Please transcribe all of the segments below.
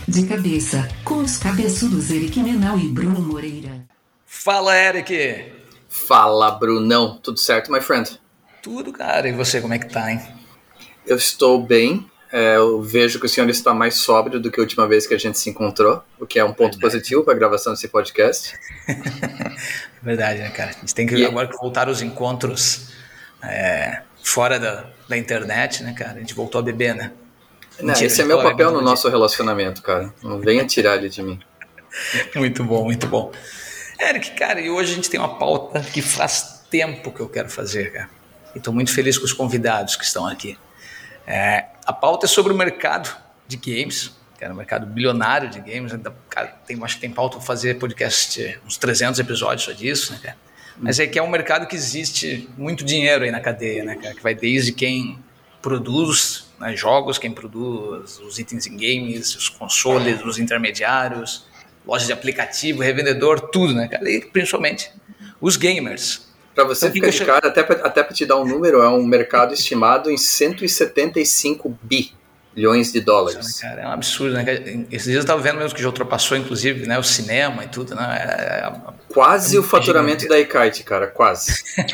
De cabeça, com os cabeçudos Eric Menal e Bruno Moreira. Fala, Eric! Fala, Brunão. Tudo certo, my friend? Tudo, cara. E você, como é que tá, hein? Eu estou bem. Eu vejo que o senhor está mais sóbrio do que a última vez que a gente se encontrou, o que é um ponto positivo para a gravação desse podcast. Verdade, né, cara? A gente tem que agora voltar aos encontros fora da internet, né, cara? A gente voltou a beber, né? Mentira, esse é meu papel no nosso relacionamento, cara. Não venha tirar ele de mim. Muito bom, muito bom. Eric, cara, e hoje a gente tem uma pauta que faz tempo que eu quero fazer, cara. E estou muito feliz com os convidados que estão aqui. A pauta é sobre o mercado de games, cara, o mercado bilionário de games. Cara, acho que tem pauta para fazer podcast, uns 300 episódios só disso, né, cara? Mas é que é um mercado que existe muito dinheiro aí na cadeia, né, cara? Que vai desde quem produz, né, jogos, quem produz os itens em games, os consoles, os intermediários, lojas de aplicativo, revendedor, tudo, né, cara? E principalmente os gamers. Para você então, ficar de cara, até para te dar um número, é um mercado estimado em 175 bilhões de dólares. Cara, é um absurdo, né? Esses dias eu estava vendo mesmo que já ultrapassou, inclusive, né, o cinema e tudo, né? Quase o faturamento da eKite, cara, quase.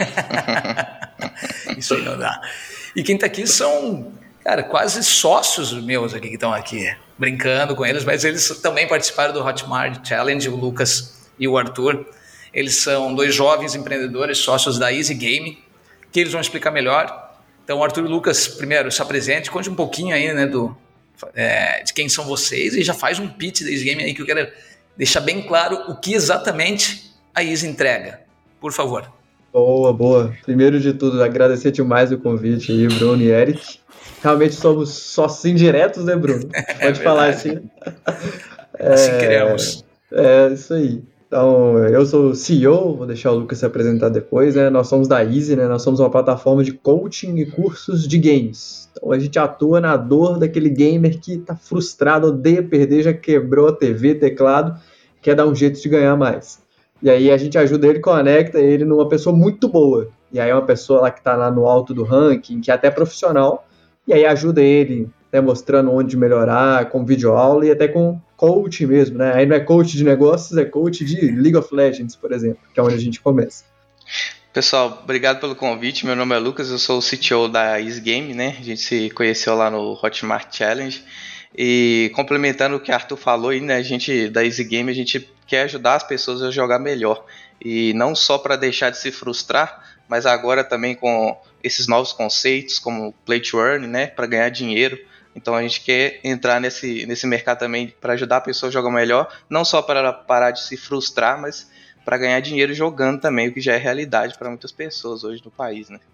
Isso aí não dá. E quem está aqui são, cara, quase sócios meus aqui que estão aqui, brincando com eles, mas eles também participaram do Hotmart Challenge, o Lucas e o Arthur. Eles são dois jovens empreendedores, sócios da Easy Game, que eles vão explicar melhor. Então, Arthur e Lucas, primeiro, se apresente, conte um pouquinho aí, né, de quem são vocês e já faz um pitch da Easy Game aí que eu quero deixar bem claro o que exatamente a Easy entrega. Por favor. Boa. Primeiro de tudo, agradecer demais o convite aí, Bruno e Eric. Realmente somos sócios indiretos, né, Bruno? Pode falar assim. Assim queremos. Isso aí. Então, eu sou o CEO, vou deixar o Lucas se apresentar depois, né? Nós somos da Easy, né? Nós somos uma plataforma de coaching e cursos de games. Então, a gente atua na dor daquele gamer que tá frustrado, odeia perder, já quebrou a TV, teclado, quer dar um jeito de ganhar mais. E aí a gente ajuda ele, conecta ele numa pessoa muito boa. E aí é uma pessoa lá que tá lá no alto do ranking, que é até profissional, e aí ajuda ele, né, mostrando onde melhorar, com videoaula e até com coach mesmo, né? Aí não é coach de negócios, é coach de League of Legends, por exemplo, que é onde a gente começa. Pessoal, obrigado pelo convite. Meu nome é Lucas, eu sou o CTO da Easy Game, né? A gente se conheceu lá no Hotmart Challenge. E complementando o que o Arthur falou aí, né? A gente da Easy Game, a gente quer ajudar as pessoas a jogar melhor. E não só para deixar de se frustrar, mas agora também com esses novos conceitos, como Play to Earn, né? Para ganhar dinheiro. Então a gente quer entrar nesse mercado também para ajudar a pessoa a jogar melhor, não só para parar de se frustrar, mas para ganhar dinheiro jogando também, o que já é realidade para muitas pessoas hoje no país, né?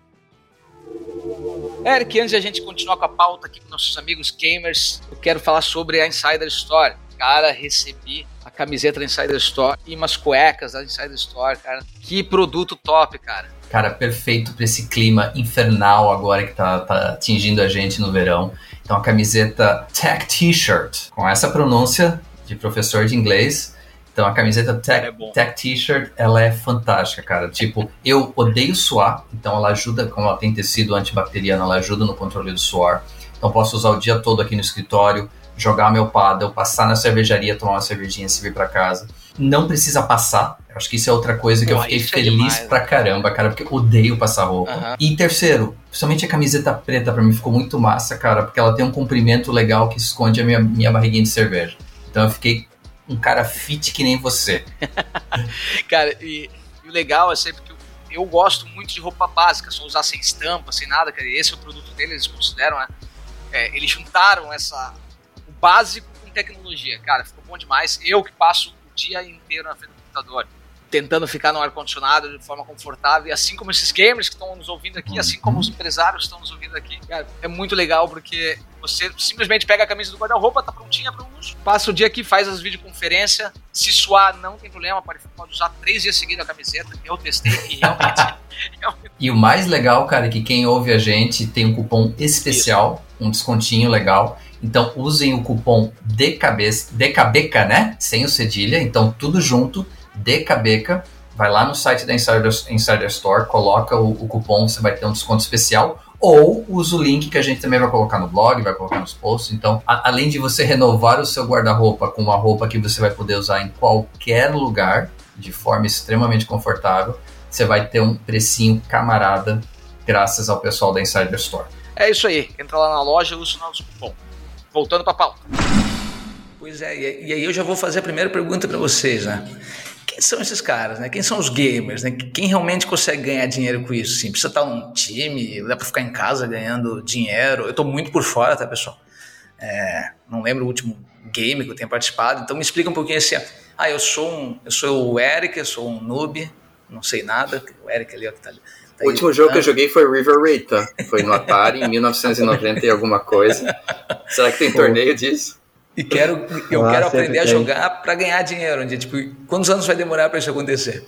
Eric, antes de a gente continuar com a pauta aqui com nossos amigos gamers, eu quero falar sobre a Insider Store. Cara, recebi a camiseta da Insider Store e umas cuecas da Insider Store, cara. Que produto top, cara. Cara, perfeito para esse clima infernal agora que tá atingindo a gente no verão. Então a camiseta Tech T-Shirt, com essa pronúncia de professor de inglês. Então a camiseta Tech T-Shirt, ela é fantástica, cara. Tipo, eu odeio suar, então ela ajuda, como ela tem tecido antibacteriano, ela ajuda no controle do suor. Então posso usar o dia todo aqui no escritório, jogar meu paddle, passar na cervejaria, tomar uma cervejinha e vir pra casa. Não precisa passar. Eu acho que isso é outra coisa que eu fiquei feliz pra caramba, cara, porque eu odeio passar roupa. Uhum. E terceiro, principalmente a camiseta preta pra mim ficou muito massa, cara, porque ela tem um comprimento legal que esconde a minha barriguinha de cerveja. Então eu fiquei um cara fit que nem você. Cara, e o legal é sempre que eu gosto muito de roupa básica, só usar sem estampa, sem nada, cara. Esse é o produto deles, eles consideram, né? Eles juntaram o básico com tecnologia, cara, ficou bom demais. Eu que passo o dia inteiro na frente do computador, tentando ficar no ar-condicionado de forma confortável, e assim como esses gamers que estão nos ouvindo aqui, assim como os empresários que estão nos ouvindo aqui, cara, é muito legal porque você simplesmente pega a camisa do guarda-roupa, tá prontinha para uso, passa o dia aqui, faz as videoconferências, se suar não tem problema, pode usar 3 dias seguidos a camiseta, eu testei e realmente... E o mais legal, cara, é que quem ouve a gente tem um cupom especial, um descontinho legal. Então usem o cupom DKBECA, né? Sem o cedilha, então tudo junto, DKBECA. Vai lá no site da Insider Store, coloca o cupom, você vai ter um desconto especial. ou usa o link que a gente também vai colocar no blog, vai colocar nos posts. Então, além de você renovar o seu guarda-roupa com uma roupa que você vai poder usar em qualquer lugar, de forma extremamente confortável, você vai ter um precinho camarada, graças ao pessoal da Insider Store. É isso aí, entra lá na loja e usa o nosso cupom. Voltando para a pauta. Pois é, e aí eu já vou fazer a primeira pergunta para vocês, né? Quem são esses caras, né? Quem são os gamers, né? Quem realmente consegue ganhar dinheiro com isso? Sim, precisa estar num time, dá para ficar em casa ganhando dinheiro. Eu tô muito por fora, tá, pessoal? Não lembro o último game que eu tenho participado, então me explica um pouquinho assim. Eu sou o Eric, eu sou um noob, não sei nada. O Eric ali, ó, que tá ali. O último jogo que eu joguei foi River Raid, tá? Foi no Atari, em 1990 e alguma coisa. Será que tem torneio disso? E eu quero aprender a jogar para ganhar dinheiro. Tipo, quantos anos vai demorar para isso acontecer?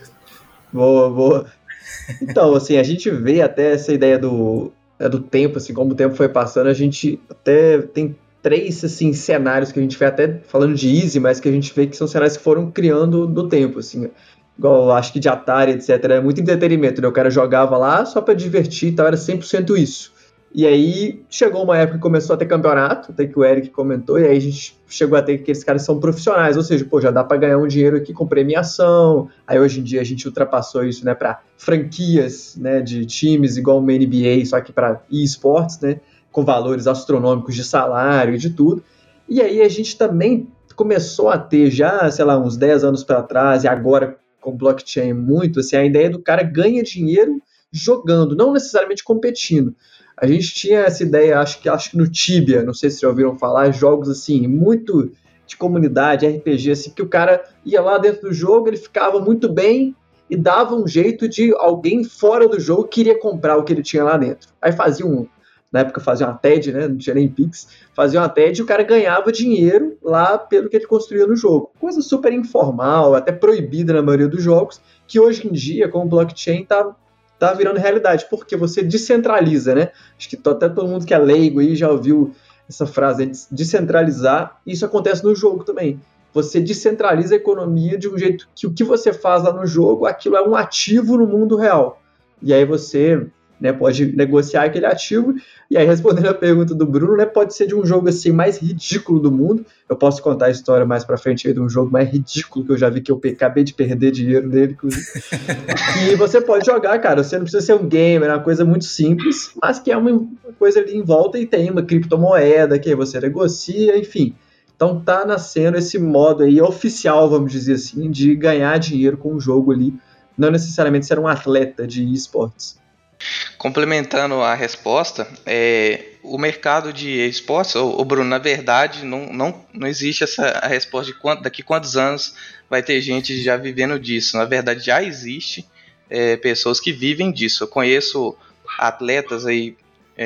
Boa. Então, assim, a gente vê até essa ideia do tempo, assim, como o tempo foi passando, a gente até tem 3, assim, cenários que a gente vê até falando de Easy, mas que a gente vê que são cenários que foram criando no tempo, assim. Igual, acho que de Atari, etc. É muito entretenimento, né? O cara jogava lá só para divertir e tal, era 100% isso. E aí chegou uma época que começou a ter campeonato, até que o Eric comentou, e aí a gente chegou a ter que aqueles caras são profissionais, ou seja, já dá para ganhar um dinheiro aqui com premiação. Aí hoje em dia a gente ultrapassou isso, né, para franquias, né, de times igual uma NBA, só que para esportes, né, com valores astronômicos de salário e de tudo. E aí a gente também começou a ter já, sei lá, uns 10 anos para trás, e agora com blockchain muito, assim, a ideia do cara ganha dinheiro jogando, não necessariamente competindo. A gente tinha essa ideia, acho que no Tibia, não sei se já ouviram falar, jogos assim, muito de comunidade, RPG, assim, que o cara ia lá dentro do jogo, ele ficava muito bem e dava um jeito de alguém fora do jogo queria comprar o que ele tinha lá dentro. Aí na época fazia uma TED, né, não tinha nem Pix, fazia uma TED e o cara ganhava dinheiro lá pelo que ele construía no jogo. Coisa super informal, até proibida na maioria dos jogos, que hoje em dia, com o blockchain, tá virando realidade, porque você descentraliza, né? Acho que até todo mundo que é leigo aí já ouviu essa frase, descentralizar, e isso acontece no jogo também. Você descentraliza a economia de um jeito que o que você faz lá no jogo, aquilo é um ativo no mundo real. E aí você, né, pode negociar aquele ativo, e aí respondendo a pergunta do Bruno, né, pode ser de um jogo assim mais ridículo do mundo. Eu posso contar a história mais pra frente aí de um jogo mais ridículo que eu já vi, que eu acabei de perder dinheiro dele, inclusive. E você pode jogar, cara, você não precisa ser um gamer, é uma coisa muito simples, mas que é uma coisa ali em volta e tem uma criptomoeda que aí você negocia, enfim. Então tá nascendo esse modo aí oficial, vamos dizer assim, de ganhar dinheiro com o jogo ali, não necessariamente ser um atleta de esportes. Complementando a resposta, o mercado de esportes, Bruno, na verdade não existe a resposta de daqui quantos anos vai ter gente já vivendo disso. Na verdade já existe pessoas que vivem disso. Eu conheço atletas aí,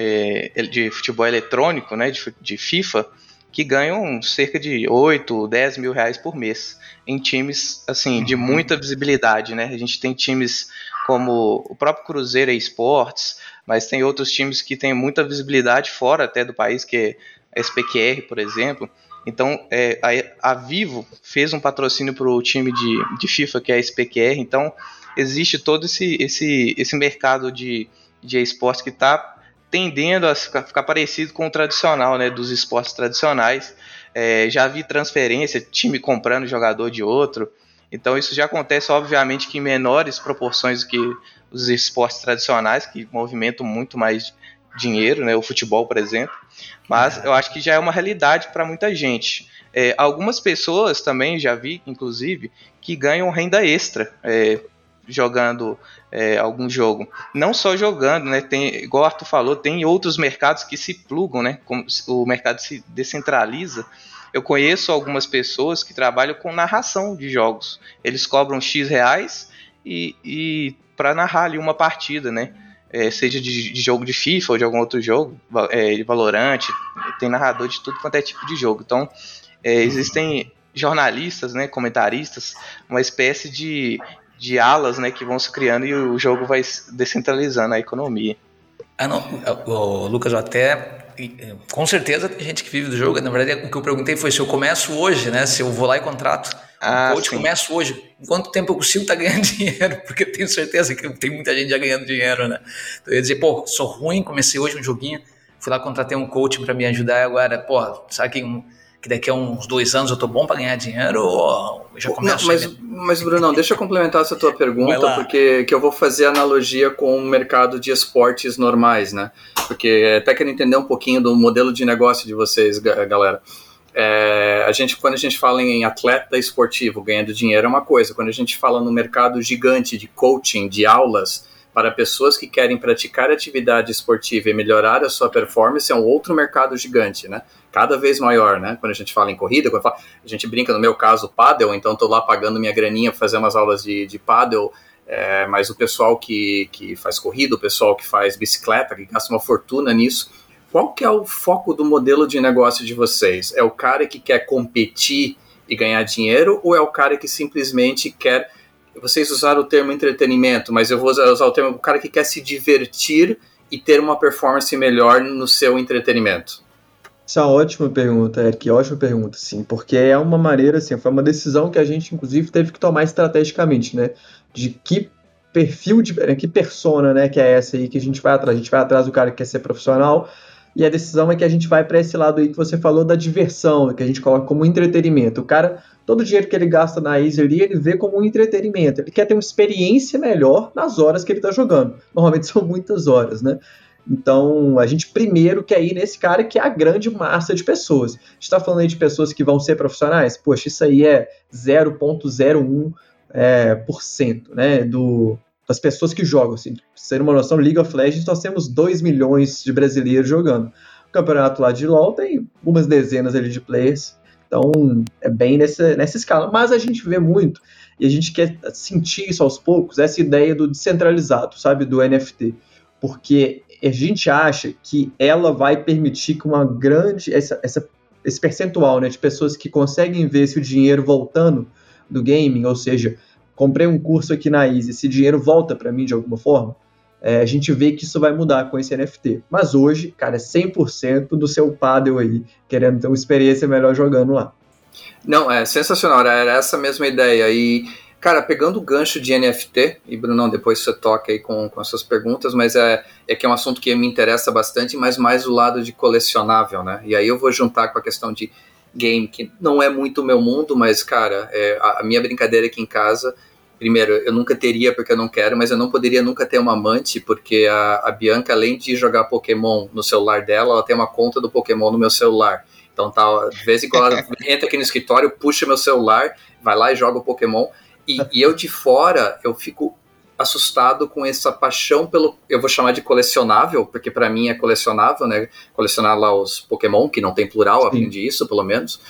de futebol eletrônico, né, de FIFA, que ganham cerca de 8, 10 mil reais por mês em times assim, de muita visibilidade, né? A gente tem times como o próprio Cruzeiro Esportes, mas tem outros times que têm muita visibilidade fora até do país, que é a SPQR, por exemplo. Então, a Vivo fez um patrocínio para o time de FIFA, que é a SPQR. Então, existe todo esse mercado de esportes que está tendendo a ficar parecido com o tradicional, né, dos esportes tradicionais. Já vi transferência, time comprando jogador de outro. Então isso já acontece, obviamente, que em menores proporções do que os esportes tradicionais, que movimentam muito mais dinheiro, né, o futebol, por exemplo. Mas eu acho que já é uma realidade para muita gente. Algumas pessoas também, já vi, inclusive, que ganham renda extra jogando algum jogo. Não só jogando, né? Igual o Arthur falou, tem outros mercados que se plugam, né? Como o mercado se descentraliza. Eu conheço algumas pessoas que trabalham com narração de jogos. Eles cobram X reais e para narrar ali uma partida, né? Seja de jogo de FIFA ou de algum outro jogo, de Valorant, tem narrador de tudo quanto é tipo de jogo. Então, existem jornalistas, né, comentaristas, uma espécie de alas, né, que vão se criando e o jogo vai descentralizando a economia. Lucas, com certeza tem gente que vive do jogo. Na verdade, o que eu perguntei foi se eu começo hoje, né? Se eu vou lá e contrato um coach, começo hoje. em quanto tempo eu consigo estar ganhando dinheiro, porque eu tenho certeza que tem muita gente já ganhando dinheiro, né? Então eu ia dizer, pô, sou ruim, comecei hoje um joguinho, fui lá, contratei um coach para me ajudar e agora, pô, sabe que daqui a uns 2 anos eu tô bom para ganhar dinheiro ou eu já começo? Mas Brunão, deixa eu complementar essa tua pergunta, porque que eu vou fazer analogia com o mercado de esportes normais, né? Porque até quero entender um pouquinho do modelo de negócio de vocês, galera. Quando a gente fala em atleta esportivo ganhando dinheiro é uma coisa, quando a gente fala no mercado gigante de coaching, de aulas para pessoas que querem praticar atividade esportiva e melhorar a sua performance, é um outro mercado gigante, né? Cada vez maior, né? Quando a gente fala em corrida, a gente brinca, no meu caso, pádel, então estou lá pagando minha graninha para fazer umas aulas de pádel, mas o pessoal que faz corrida, o pessoal que faz bicicleta, que gasta uma fortuna nisso. Qual que é o foco do modelo de negócio de vocês? É o cara que quer competir e ganhar dinheiro ou é o cara que simplesmente quer... Vocês usaram o termo entretenimento, mas eu vou usar o termo o cara que quer se divertir e ter uma performance melhor no seu entretenimento. Essa é uma ótima pergunta, Eric, ótima pergunta, sim, porque é uma maneira, assim, foi uma decisão que a gente, inclusive, teve que tomar estrategicamente, né, de que perfil, que persona, né, que é essa aí que a gente vai atrás do cara que quer ser profissional, e a decisão é que a gente vai para esse lado aí que você falou da diversão, que a gente coloca como entretenimento. O cara, todo o dinheiro que ele gasta na Easy ali, ele vê como um entretenimento. Ele quer ter uma experiência melhor nas horas que ele está jogando. Normalmente são muitas horas, né? Então, a gente primeiro quer ir nesse cara que é a grande massa de pessoas. A gente está falando aí de pessoas que vão ser profissionais? Poxa, isso aí é 0,01%, né, das pessoas que jogam. Assim, pra você ter uma noção, League of Legends nós temos 2 milhões de brasileiros jogando. O campeonato lá de LoL tem umas dezenas ali de players, então é bem nessa escala. Mas a gente vê muito, e a gente quer sentir isso aos poucos, essa ideia do descentralizado, sabe, do NFT. Porque a gente acha que ela vai permitir que uma grande... esse percentual, né, de pessoas que conseguem ver esse dinheiro voltando do gaming, ou seja, comprei um curso aqui na Easy, esse dinheiro volta para mim de alguma forma, a gente vê que isso vai mudar com esse NFT. Mas hoje, cara, é 100% do seu paddle aí, querendo ter uma experiência melhor jogando lá. Não, é sensacional, era essa mesma ideia. E, cara, pegando o gancho de NFT, e Brunão, depois você toca aí com as suas perguntas, mas é que é um assunto que me interessa bastante, mas mais o lado de colecionável, né? E aí eu vou juntar com a questão de game, que não é muito o meu mundo, mas, cara, a minha brincadeira aqui em casa... Primeiro, eu nunca teria porque eu não quero, mas eu não poderia nunca ter uma amante, porque a Bianca, além de jogar Pokémon no celular dela, ela tem uma conta do Pokémon no meu celular. Então, de vez em quando ela entra aqui no escritório, puxa meu celular, vai lá e joga o Pokémon. E eu de fora, eu fico assustado com essa paixão pelo, eu vou chamar de colecionável, porque para mim é colecionável, né? Colecionar lá os Pokémon, que não tem plural, aprendi isso, pelo menos.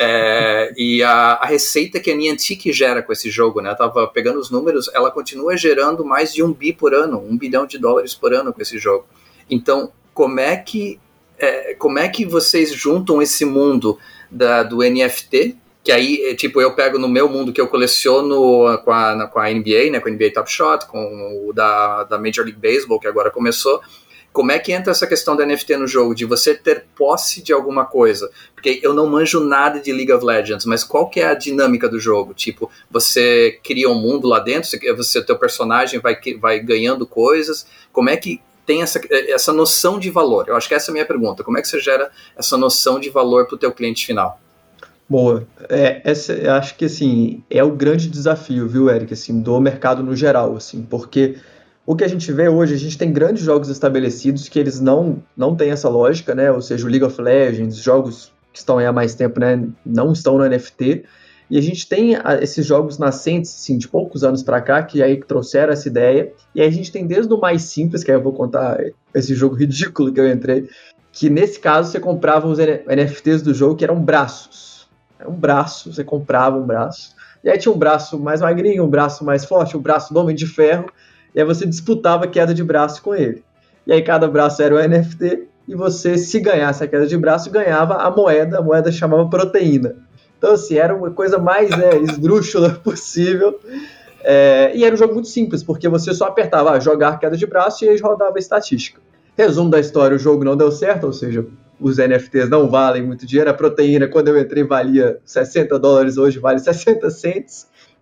E a receita que a Niantic gera com esse jogo, né? Eu tava pegando os números, ela continua gerando mais de $1 bi por ano, $1 bilhão por ano com esse jogo. Então, como é que vocês juntam esse mundo do NFT, que aí, tipo, eu pego no meu mundo que eu coleciono com a NBA, né, com a NBA Top Shot, com o da Major League Baseball, que agora começou. Como é que entra essa questão da NFT no jogo, de você ter posse de alguma coisa? Porque eu não manjo nada de League of Legends, mas qual que é a dinâmica do jogo? Tipo, você cria um mundo lá dentro, teu personagem vai ganhando coisas, como é que tem essa noção de valor? Eu acho que essa é a minha pergunta. Como é que você gera essa noção de valor para o teu cliente final? Boa. Eu acho que, assim, é o grande desafio, viu, Eric, assim, do mercado no geral, assim, porque o que a gente vê hoje, a gente tem grandes jogos estabelecidos que eles não têm essa lógica, né, ou seja, o League of Legends, jogos que estão aí há mais tempo, né, não estão no NFT, e a gente tem esses jogos nascentes, assim, de poucos anos para cá, que aí trouxeram essa ideia, e aí a gente tem desde o mais simples, que aí eu vou contar esse jogo ridículo que eu entrei, que nesse caso você comprava os NFTs do jogo que eram braços. Era um braço, você comprava um braço, e aí tinha um braço mais magrinho, um braço mais forte, um braço do Homem de Ferro, e aí você disputava a queda de braço com ele. E aí cada braço era um NFT, e você, se ganhasse a queda de braço, ganhava a moeda chamava proteína. Então, assim, era uma coisa mais esdrúxula possível, e era um jogo muito simples, porque você só apertava jogar queda de braço e aí rodava a estatística. Resumo da história, o jogo não deu certo, ou seja, os NFTs não valem muito dinheiro, a proteína, quando eu entrei, valia $60, hoje vale 60 cents,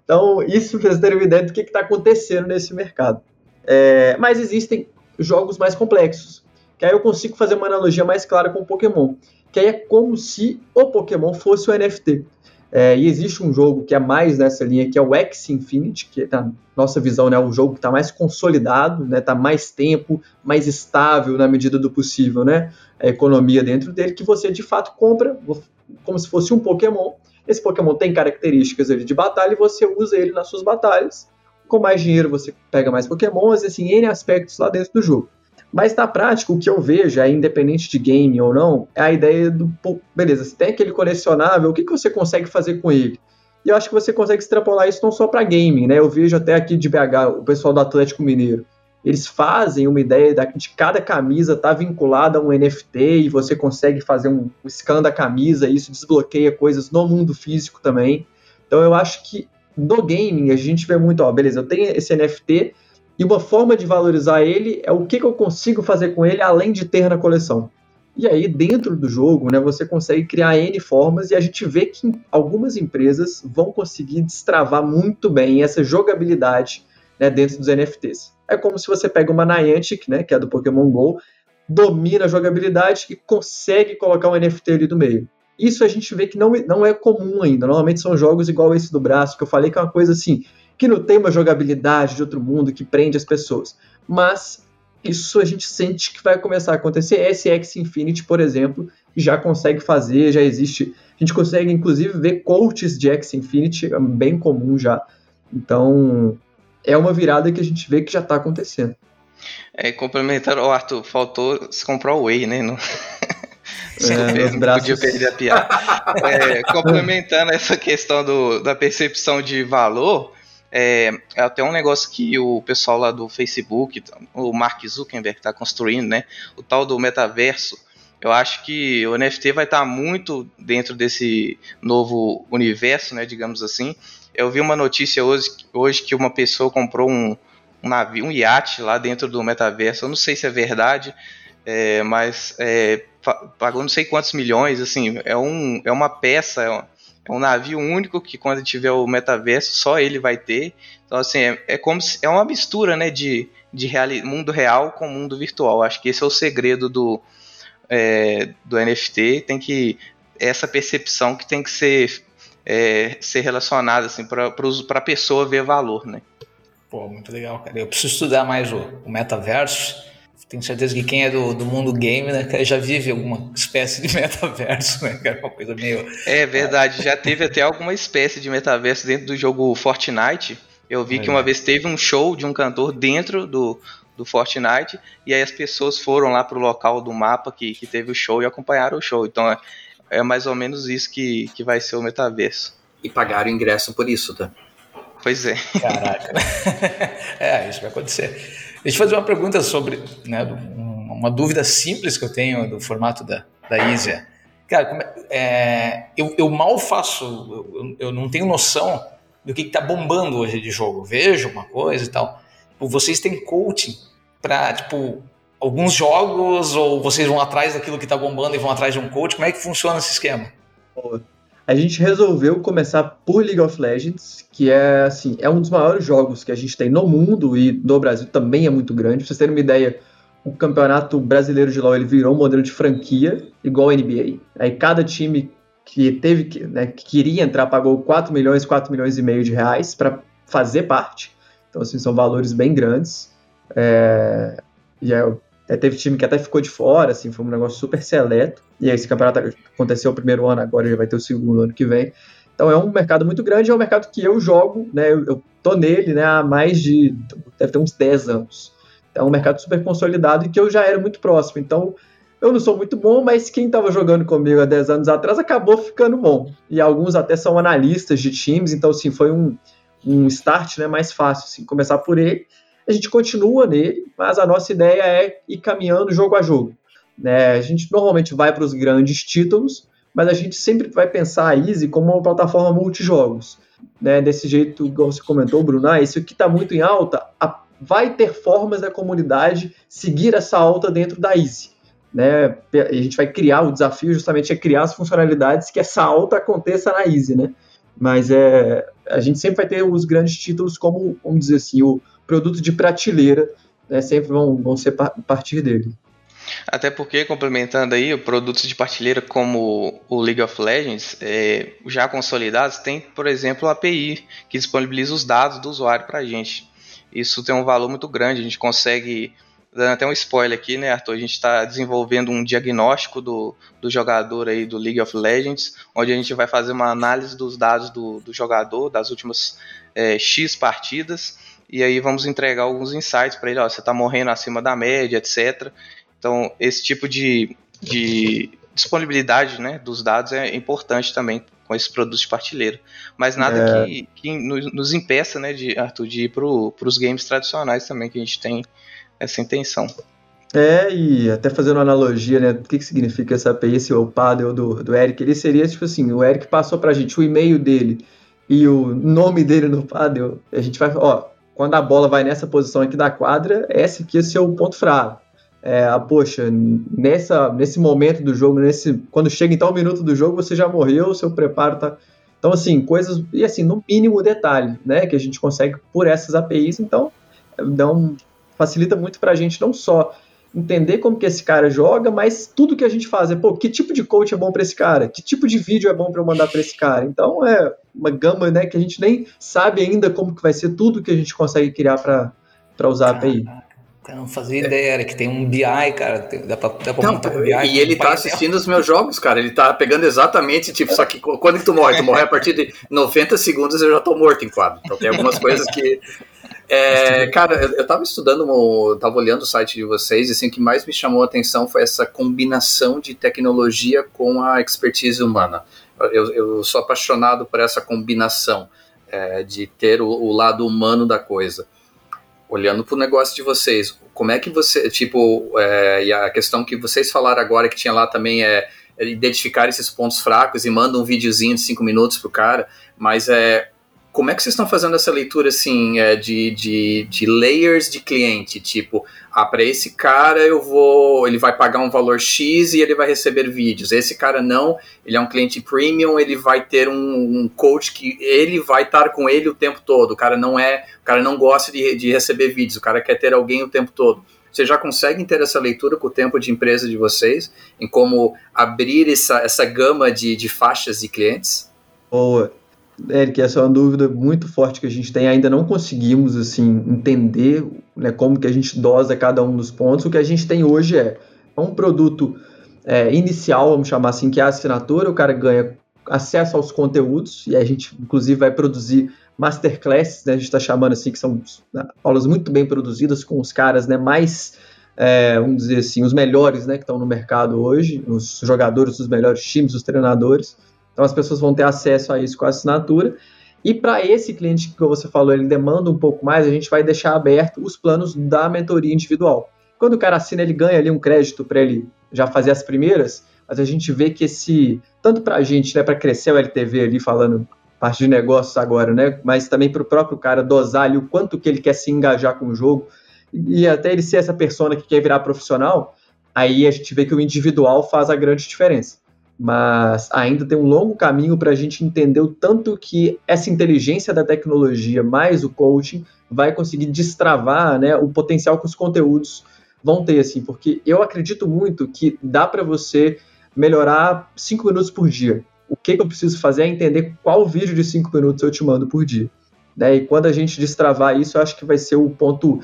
Então, isso para vocês terem uma ideia do que está acontecendo nesse mercado. Mas existem jogos mais complexos, que aí eu consigo fazer uma analogia mais clara com o Pokémon, que aí é como se o Pokémon fosse o NFT. E existe um jogo que é mais nessa linha, que é o Axie Infinity, que na nossa visão é o jogo que está mais consolidado, está mais tempo, mais estável na medida do possível, a economia dentro dele, que você de fato compra como se fosse um Pokémon. Esse Pokémon tem características de batalha e você usa ele nas suas batalhas. Com mais dinheiro você pega mais Pokémons, assim, N aspectos lá dentro do jogo. Mas na prática, o que eu vejo, independente de game ou não, é a ideia do, beleza, você tem aquele colecionável, o que você consegue fazer com ele? E eu acho que você consegue extrapolar isso não só para gaming, Eu vejo até aqui de BH, o pessoal do Atlético Mineiro, eles fazem uma ideia de cada camisa estar vinculada a um NFT e você consegue fazer um scan da camisa, e isso desbloqueia coisas no mundo físico também. Então eu acho que no gaming a gente vê muito, beleza, eu tenho esse NFT, e uma forma de valorizar ele é o que eu consigo fazer com ele além de ter na coleção. E aí, dentro do jogo, você consegue criar N formas e a gente vê que algumas empresas vão conseguir destravar muito bem essa jogabilidade dentro dos NFTs. É como se você pega uma Niantic, que é do Pokémon GO, domina a jogabilidade e consegue colocar um NFT ali do meio. Isso a gente vê que não é comum ainda. Normalmente são jogos igual esse do braço, que eu falei que é uma coisa assim, que não tem uma jogabilidade de outro mundo que prende as pessoas. Mas isso a gente sente que vai começar a acontecer. Esse Axie Infinity, por exemplo, já consegue fazer, já existe. A gente consegue, inclusive, ver coaches de Axie Infinity, é bem comum já. Então, é uma virada que a gente vê que já está acontecendo. Complementando, Arthur, faltou se comprar o Whey, né? Não podia perder a piada. Complementando essa questão da percepção de valor, é até um negócio que o pessoal lá do Facebook, o Mark Zuckerberg está construindo, o tal do metaverso. Eu acho que o NFT vai estar muito dentro desse novo universo, digamos assim. Eu vi uma notícia hoje que uma pessoa comprou um navio, um iate lá dentro do metaverso. Eu não sei se é verdade, mas pagou não sei quantos milhões. Assim, é uma peça, é um navio único que quando tiver o metaverso só ele vai ter. Então assim, como se, é uma mistura de mundo real com mundo virtual. Acho que esse é o segredo do NFT. Essa percepção que tem que ser relacionada assim, para a pessoa ver valor, Pô, muito legal, cara. Eu preciso estudar mais o metaverso. Tenho certeza que quem é do mundo game, cara, já vive alguma espécie de metaverso, cara, uma coisa meio... É verdade, já teve até alguma espécie de metaverso dentro do jogo Fortnite. Eu vi que uma vez teve um show de um cantor dentro do Fortnite, e aí as pessoas foram lá pro local do mapa que teve o show e acompanharam o show. Então é mais ou menos isso que vai ser o metaverso. E pagaram ingresso por isso, tá? Pois é. Caraca. Isso vai acontecer. Deixa eu fazer uma pergunta sobre, uma dúvida simples que eu tenho do formato da Easy. Cara, eu mal faço, eu não tenho noção do que está bombando hoje de jogo. Vejo uma coisa e tal. Vocês têm coaching para, alguns jogos, ou vocês vão atrás daquilo que está bombando e vão atrás de um coach? Como é que funciona esse esquema? A gente resolveu começar por League of Legends, que é um dos maiores jogos que a gente tem no mundo e no Brasil também é muito grande. Pra vocês terem uma ideia, o Campeonato Brasileiro de LoL ele virou um modelo de franquia, igual a NBA. Aí cada time que queria entrar pagou 4 milhões e meio de reais para fazer parte. Então, assim, são valores bem grandes. Teve time que até ficou de fora, assim, foi um negócio super seleto. E aí esse campeonato aconteceu o primeiro ano, agora já vai ter o segundo ano que vem. Então é um mercado muito grande, é um mercado que eu jogo, eu tô nele há mais de, deve ter uns 10 anos. Então é um mercado super consolidado e que eu já era muito próximo. Então eu não sou muito bom, mas quem estava jogando comigo há 10 anos atrás acabou ficando bom. E alguns até são analistas de times, então assim, foi um start mais fácil, assim, começar por ele. A gente continua nele, mas a nossa ideia é ir caminhando jogo a jogo. A gente normalmente vai para os grandes títulos, mas a gente sempre vai pensar a Easy como uma plataforma multijogos. Desse jeito, igual você comentou, Bruno, isso aqui está muito em alta, vai ter formas da comunidade seguir essa alta dentro da Easy. A gente vai criar, o desafio justamente é criar as funcionalidades que essa alta aconteça na Easy, Mas a gente sempre vai ter os grandes títulos como, vamos dizer assim, o produto de prateleira, né, sempre vão ser partir dele. Até porque, complementando aí, produtos de partilheira como o League of Legends, já consolidados, tem, por exemplo, a API, que disponibiliza os dados do usuário para a gente. Isso tem um valor muito grande, a gente consegue, dando até um spoiler aqui, né, Arthur, a gente está desenvolvendo um diagnóstico do jogador aí do League of Legends, onde a gente vai fazer uma análise dos dados do jogador, das últimas X partidas, e aí vamos entregar alguns insights para ele, ó, você está morrendo acima da média, etc. Então, esse tipo de disponibilidade, né, dos dados é importante também com esses produtos de partilheira. Mas nada que nos impeça, né, Arthur, de ir para os games tradicionais também, que a gente tem essa intenção. E até fazendo uma analogia, né, do que significa essa API, esse o paddle do Eric, ele seria tipo assim, o Eric passou pra gente o e-mail dele e o nome dele no paddle, a gente vai, quando a bola vai nessa posição aqui da quadra, esse aqui é seu ponto fraco. Poxa, nesse momento do jogo, quando chega em tal minuto do jogo, você já morreu, o seu preparo tá... Então, assim, coisas... E, assim, no mínimo detalhe, né? Que a gente consegue por essas APIs. Então, facilita muito pra gente não só entender como que esse cara joga, mas tudo que a gente faz que tipo de coach é bom pra esse cara? Que tipo de vídeo é bom pra eu mandar pra esse cara? Então, é uma gama, né? Que a gente nem sabe ainda como que vai ser tudo que a gente consegue criar pra usar a API. Eu não fazia ideia, era que tem um BI, cara, dá pra montar um BI. E ele tá assistindo os meus jogos, cara, ele tá pegando exatamente, só que quando que tu morre? Tu morre a partir de 90 segundos eu já tô morto em quadro, então tem algumas coisas que... cara, eu tava estudando, tava olhando o site de vocês, e assim, o que mais me chamou a atenção foi essa combinação de tecnologia com a expertise humana. Eu sou apaixonado por essa combinação, de ter o lado humano da coisa. Olhando para o negócio de vocês, como é que você, e a questão que vocês falaram agora, que tinha lá também, identificar esses pontos fracos e manda um videozinho de 5 minutos pro cara, mas como é que vocês estão fazendo essa leitura, assim, de layers de cliente, para esse cara ele vai pagar um valor X e ele vai receber vídeos, esse cara não, ele é um cliente premium, ele vai ter um coach que ele vai estar com ele o tempo todo, o cara não gosta de receber vídeos, o cara quer ter alguém o tempo todo. Vocês já conseguem ter essa leitura com o tempo de empresa de vocês, em como abrir essa gama de faixas de clientes? Boa. Eric, essa é uma dúvida muito forte que a gente tem, ainda não conseguimos assim, entender, né, como que a gente dosa cada um dos pontos. O que a gente tem hoje é um produto inicial, vamos chamar assim, que é a assinatura, o cara ganha acesso aos conteúdos, e a gente inclusive vai produzir masterclasses, né, a gente está chamando assim, que são aulas muito bem produzidas com os caras, né, mais, vamos dizer assim, os melhores, né, que estão no mercado hoje, os jogadores dos melhores times, os treinadores. Então as pessoas vão ter acesso a isso com a assinatura. E para esse cliente que você falou, ele demanda um pouco mais, a gente vai deixar aberto os planos da mentoria individual. Quando o cara assina, ele ganha ali um crédito para ele já fazer as primeiras, mas a gente vê que tanto para a gente, né, para crescer o LTV ali, falando parte de negócios agora, né, mas também para o próprio cara dosar ali o quanto que ele quer se engajar com o jogo, e até ele ser essa persona que quer virar profissional, aí a gente vê que o individual faz a grande diferença. Mas ainda tem um longo caminho para a gente entender o tanto que essa inteligência da tecnologia mais o coaching vai conseguir destravar, né, o potencial que os conteúdos vão ter, assim, porque eu acredito muito que dá para você melhorar 5 minutos por dia. O que eu preciso fazer é entender qual vídeo de 5 minutos eu te mando por dia. Né? E quando a gente destravar isso, eu acho que vai ser o ponto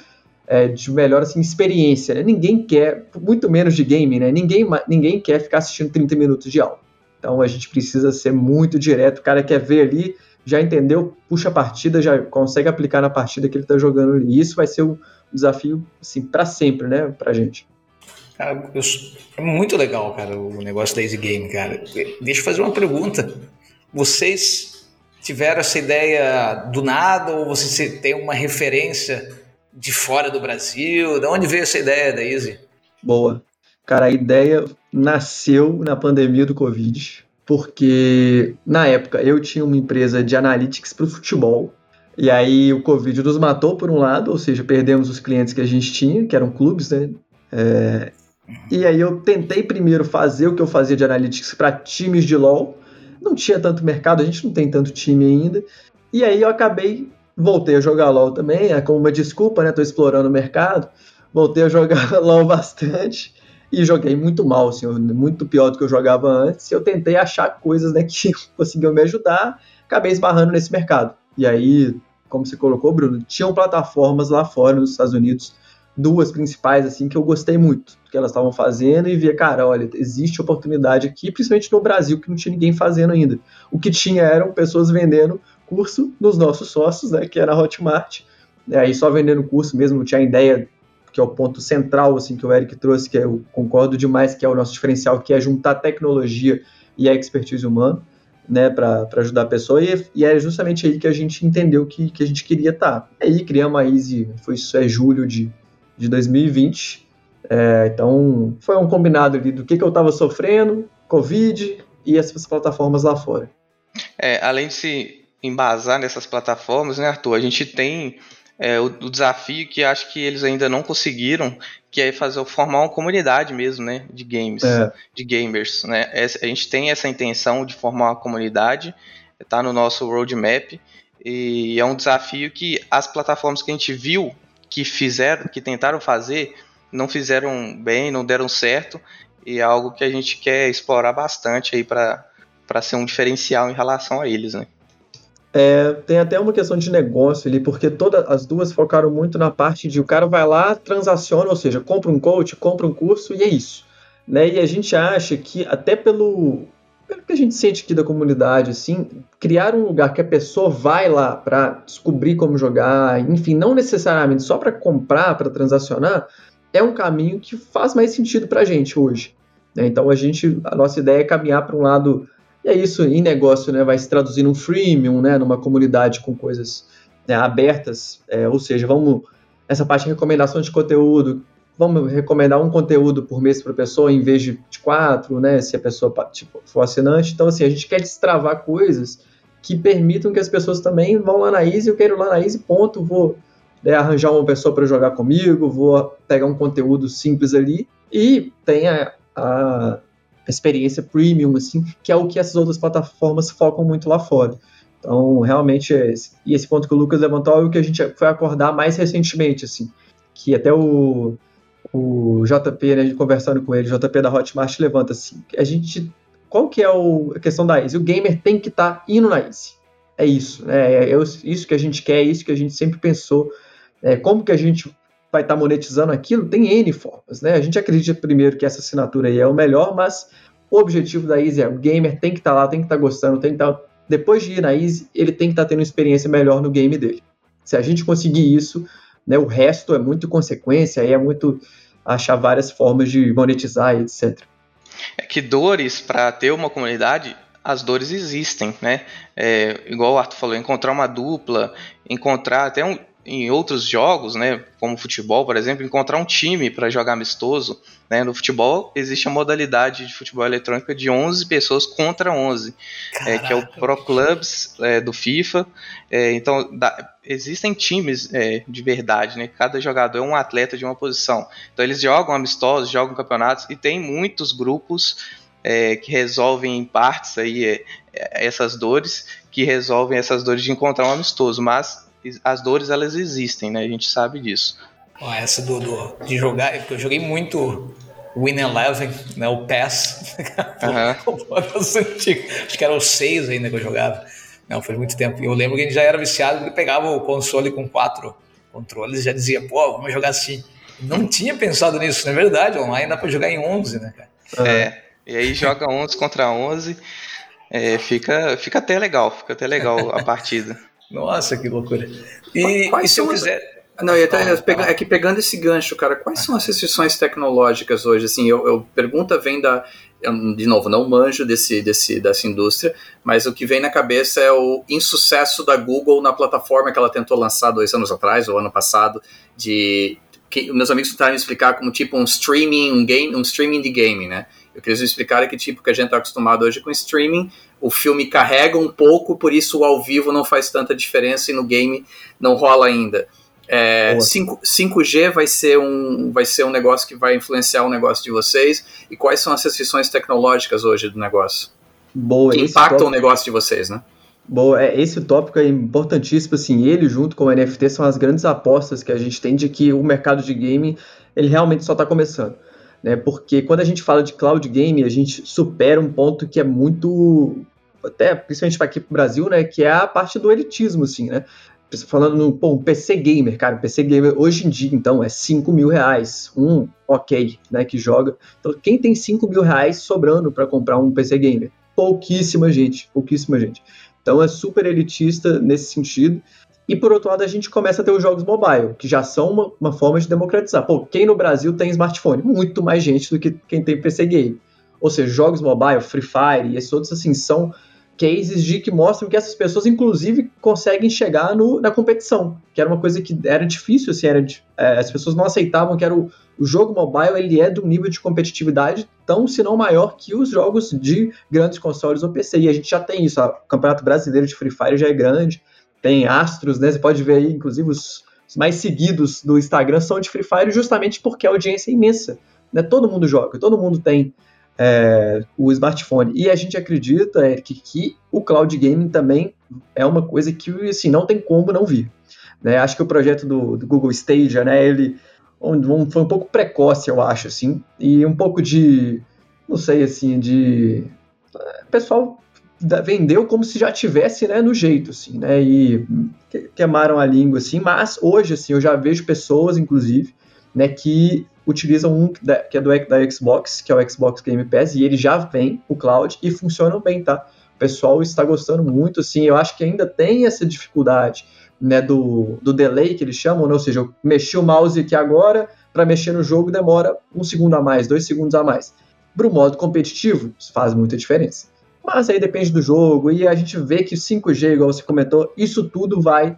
de melhor assim, experiência. Né? Ninguém quer, muito menos de game, né? Ninguém quer ficar assistindo 30 minutos de aula. Então a gente precisa ser muito direto. O cara quer ver ali, já entendeu, puxa a partida, já consegue aplicar na partida que ele está jogando ali. E isso vai ser um desafio assim, para sempre, né, pra gente. Cara, é muito legal, cara, o negócio da Easy Game, cara. Deixa eu fazer uma pergunta. Vocês tiveram essa ideia do nada ou você tem uma referência de fora do Brasil? De onde veio essa ideia da Easy? Boa. Cara, a ideia nasceu na pandemia do Covid, porque na época eu tinha uma empresa de analytics para o futebol, e aí o Covid nos matou por um lado, ou seja, perdemos os clientes que a gente tinha, que eram clubes, né? E aí eu tentei primeiro fazer o que eu fazia de analytics para times de LoL, não tinha tanto mercado, a gente não tem tanto time ainda, E aí eu voltei a jogar LoL também, como uma desculpa, né? Tô explorando o mercado. Voltei a jogar LoL bastante e joguei muito mal, assim, muito pior do que eu jogava antes. Eu tentei achar coisas, né, que conseguiam me ajudar, acabei esbarrando nesse mercado. E aí, como você colocou, Bruno, tinham plataformas lá fora, nos Estados Unidos, 2 principais, assim, que eu gostei muito do que elas estavam fazendo e via, cara, olha, existe oportunidade aqui, principalmente no Brasil, que não tinha ninguém fazendo ainda. O que tinha eram pessoas vendendo curso nos nossos sócios, né, que era a Hotmart, e aí só vendendo curso mesmo, não tinha ideia, que é o ponto central, assim, que o Eric trouxe, que eu concordo demais, que é o nosso diferencial, que é juntar tecnologia e a expertise humana, né, para ajudar a pessoa, e é justamente aí que a gente entendeu que a gente queria estar. E aí criamos a Easy, isso é julho de 2020, então foi um combinado ali do que eu estava sofrendo, Covid e essas plataformas lá fora. Além de se embasar nessas plataformas, né, Arthur, a gente tem o desafio que acho que eles ainda não conseguiram, que é formar uma comunidade mesmo, né, de games, de gamers, né? A gente tem essa intenção de formar uma comunidade, está no nosso roadmap, e é um desafio que as plataformas que a gente viu que tentaram fazer, não fizeram bem, não deram certo, e é algo que a gente quer explorar bastante aí para ser um diferencial em relação a eles, né? Tem até uma questão de negócio ali, porque as duas focaram muito na parte de o cara vai lá, transaciona, ou seja, compra um coach, compra um curso e é isso. Né? E a gente acha que, até pelo que a gente sente aqui da comunidade, assim, criar um lugar que a pessoa vai lá para descobrir como jogar, enfim, não necessariamente só para comprar, para transacionar, é um caminho que faz mais sentido para a gente hoje. Né? Então a nossa ideia é caminhar para um lado. E é isso, em negócio, né, vai se traduzir num freemium, né, numa comunidade com coisas, né, abertas, ou seja, essa parte de recomendação de conteúdo, vamos recomendar um conteúdo por mês para a pessoa em vez de 4, né, se a pessoa for assinante. Então, assim, a gente quer destravar coisas que permitam que as pessoas também vão lá na Easy, eu quero ir lá na Easy, ponto, vou arranjar uma pessoa para jogar comigo, vou pegar um conteúdo simples ali e tem a experiência premium, assim, que é o que essas outras plataformas focam muito lá fora. Então, realmente, e esse ponto que o Lucas levantou é o que a gente foi acordar mais recentemente, assim, que até o JP, né, conversando com ele, o JP da Hotmart levanta assim, qual que é a questão da Easy? O gamer tem que estar indo na Easy. É isso, né? Isso que a gente quer, é isso que a gente sempre pensou. Como que a gente vai estar monetizando aquilo? Tem N formas, né? A gente acredita primeiro que essa assinatura aí é o melhor, mas o objetivo da Easy o gamer tem que estar lá, tem que estar gostando, tem que estar, depois de ir na Easy, ele tem que estar tendo uma experiência melhor no game dele. Se a gente conseguir isso, né, o resto é muito consequência, aí é muito achar várias formas de monetizar e etc. É que dores, para ter uma comunidade, as dores existem, né? Igual o Arthur falou, encontrar uma dupla, encontrar até em outros jogos, né, como futebol, por exemplo, encontrar um time para jogar amistoso, né? No futebol existe a modalidade de futebol eletrônico de 11 pessoas contra 11, que é o Pro Clubs do FIFA. Então existem times de verdade, né? Cada jogador é um atleta de uma posição, então eles jogam amistosos, jogam campeonatos, e tem muitos grupos que resolvem em partes aí essas dores, que resolvem essas dores de encontrar um amistoso, mas as dores, elas existem, né? A gente sabe disso. Essa de jogar, porque eu joguei muito Win Eleven, né? O PES. Acho que era o 6 ainda que eu jogava. Não, faz muito tempo. E eu lembro que a gente já era viciado, ele pegava o console com 4 controles e já dizia, vamos jogar assim. Não tinha pensado nisso, não é verdade? Online dá pra jogar em 11, né, cara? E aí joga 11 contra 11, fica até legal a partida. Nossa, que loucura. E se eu quiser... Não, é que pegando esse gancho, cara, quais são as restrições tecnológicas hoje? Assim, pergunta vem de novo, não manjo dessa indústria, mas o que vem na cabeça é o insucesso da Google na plataforma que ela tentou lançar 2 anos atrás, ou ano passado, que meus amigos tentaram me explicar como tipo um streaming de game, né? Eu queria explicar que tipo que a gente está acostumado hoje com streaming, o filme carrega um pouco, por isso o ao vivo não faz tanta diferença e no game não rola ainda. 5G vai ser um negócio que vai influenciar o negócio de vocês, e quais são as restrições tecnológicas hoje do negócio? Que impactam o negócio de vocês, né? Boa, esse tópico é importantíssimo, assim, ele junto com o NFT são as grandes apostas que a gente tem de que o mercado de gaming, ele realmente só está começando, né, porque quando a gente fala de cloud gaming, a gente supera um ponto que é muito, até principalmente para aqui pro Brasil, né, que é a parte do elitismo, assim, né, falando no, pô, um PC gamer, cara, um PC gamer hoje em dia, então, é R$ 5.000, ok, né, que joga, então quem tem R$ 5.000 sobrando para comprar um PC gamer? Pouquíssima gente, pouquíssima gente. Então é super elitista nesse sentido. E por outro lado, a gente começa a ter os jogos mobile, que já são uma forma de democratizar. Pô, quem no Brasil tem smartphone? Muito mais gente do que quem tem PC game. Ou seja, jogos mobile, Free Fire e esses outros, assim, são cases de que mostram que essas pessoas, inclusive, conseguem chegar na competição, que era uma coisa que era difícil, assim, as pessoas não aceitavam que era o jogo mobile, ele é de um nível de competitividade tão, se não maior, que os jogos de grandes consoles ou PC, e a gente já tem isso, o Campeonato Brasileiro de Free Fire já é grande, tem astros, né, você pode ver aí, inclusive, os mais seguidos do Instagram são de Free Fire, justamente porque a audiência é imensa, né, todo mundo joga, todo mundo tem o smartphone. E a gente acredita, Eric, que o cloud gaming também é uma coisa que assim, não tem como não vir. Né? Acho que o projeto do Google Stadia, né, ele foi um pouco precoce, eu acho, assim, e um pouco de, não sei, assim, o pessoal vendeu como se já tivesse, né, no jeito, assim, né, e queimaram a língua, assim, mas hoje, assim, eu já vejo pessoas, inclusive, né, que utilizam que é da Xbox, que é o Xbox Game Pass, e ele já vem, o cloud, e funcionam bem, tá? O pessoal está gostando muito, assim, eu acho que ainda tem essa dificuldade, né, do delay que eles chamam, né? Ou seja, eu mexi o mouse aqui agora, para mexer no jogo demora 1 segundo a mais, 2 segundos a mais. Para o modo competitivo, isso faz muita diferença. Mas aí depende do jogo, e a gente vê que 5G, igual você comentou, isso tudo vai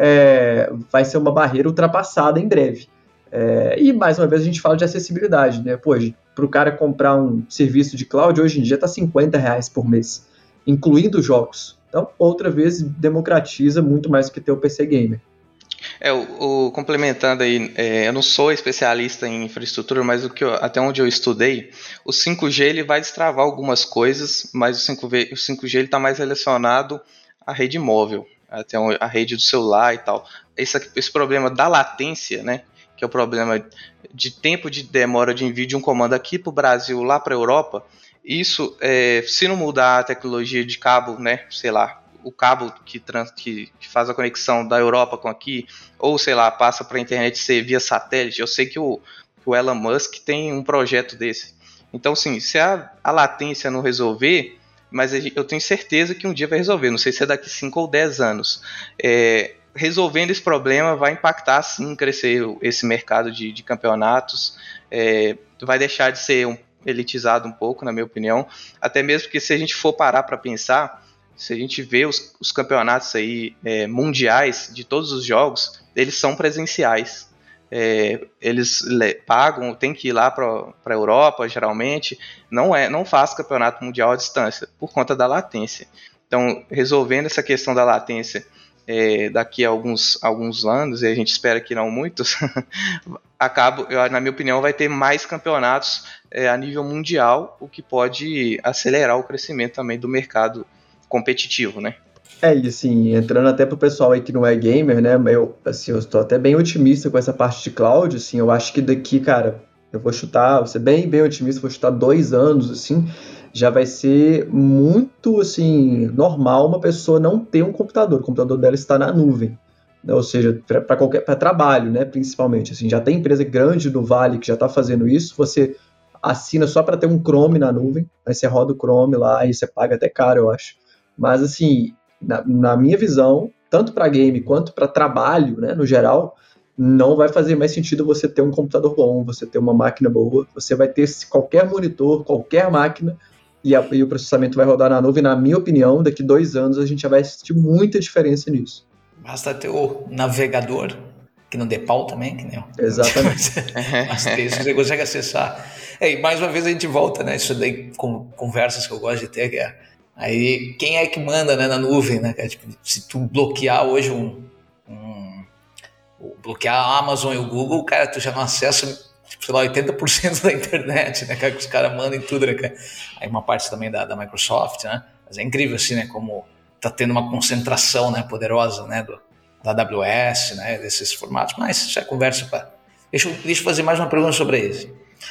ser uma barreira ultrapassada em breve. E mais uma vez a gente fala de acessibilidade, né? Pô, para o cara comprar um serviço de cloud, hoje em dia está R$ 50 por mês, incluindo jogos. Então, outra vez, democratiza muito mais do que ter o PC Gamer. Complementando aí, eu não sou especialista em infraestrutura, mas até onde eu estudei, o 5G ele vai destravar algumas coisas, mas o 5G ele está mais relacionado à rede móvel, até a rede do celular e tal. Esse problema da latência, né, que é o problema de tempo de demora de envio de um comando aqui para o Brasil, lá para a Europa, isso, se não mudar a tecnologia de cabo, né, sei lá, o cabo que faz a conexão da Europa com aqui, ou sei lá, passa para a internet ser via satélite. Eu sei que o Elon Musk tem um projeto desse. Então, sim, se a latência não resolver, mas eu tenho certeza que um dia vai resolver, não sei se é daqui 5 ou 10 anos. Resolvendo esse problema vai impactar sim, crescer esse mercado de campeonatos, vai deixar de ser elitizado um pouco, na minha opinião, até mesmo porque se a gente for parar para pensar, se a gente vê os campeonatos aí, mundiais de todos os jogos, eles são presenciais. Eles pagam, tem que ir lá para a Europa, geralmente, não faz campeonato mundial à distância, por conta da latência. Então, resolvendo essa questão da latência daqui a alguns anos, e a gente espera que não muitos, na minha opinião, vai ter mais campeonatos a nível mundial, o que pode acelerar o crescimento também do mercado competitivo, né? E assim, entrando até pro pessoal aí que não é gamer, né, eu estou até bem otimista com essa parte de cloud, assim, eu acho que daqui, cara, eu vou ser bem, bem otimista, vou chutar 2 anos, assim, já vai ser muito, assim, normal uma pessoa não ter um computador, o computador dela está na nuvem, né? Ou seja, para trabalho, né, principalmente, assim, já tem empresa grande no Vale que já está fazendo isso, você assina só para ter um Chrome na nuvem, aí você roda o Chrome lá e você paga até caro, eu acho. Mas, assim, na minha visão, tanto para game quanto para trabalho, né, no geral, não vai fazer mais sentido você ter um computador bom, você ter uma máquina boa, você vai ter qualquer monitor, qualquer máquina, e o processamento vai rodar na nuvem. Na minha opinião, daqui 2 anos a gente já vai sentir muita diferença nisso. Basta ter o navegador, que não dê pau também, que nem Exatamente. Basta ter isso, você consegue acessar. E mais uma vez a gente volta, né? Isso daí com conversas que eu gosto de ter, que aí quem é que manda, né, na nuvem, né? Tipo, se tu bloquear hoje bloquear a Amazon e o Google, cara, tu já não acessa, tipo, sei lá, 80% da internet, né, cara, que os caras mandam em tudo, né, cara? Aí uma parte também da Microsoft, né? Mas é incrível, assim, né, como tá tendo uma concentração, né, poderosa, né, da AWS, né, desses formatos, mas isso é conversa para... Deixa eu fazer mais uma pergunta sobre isso.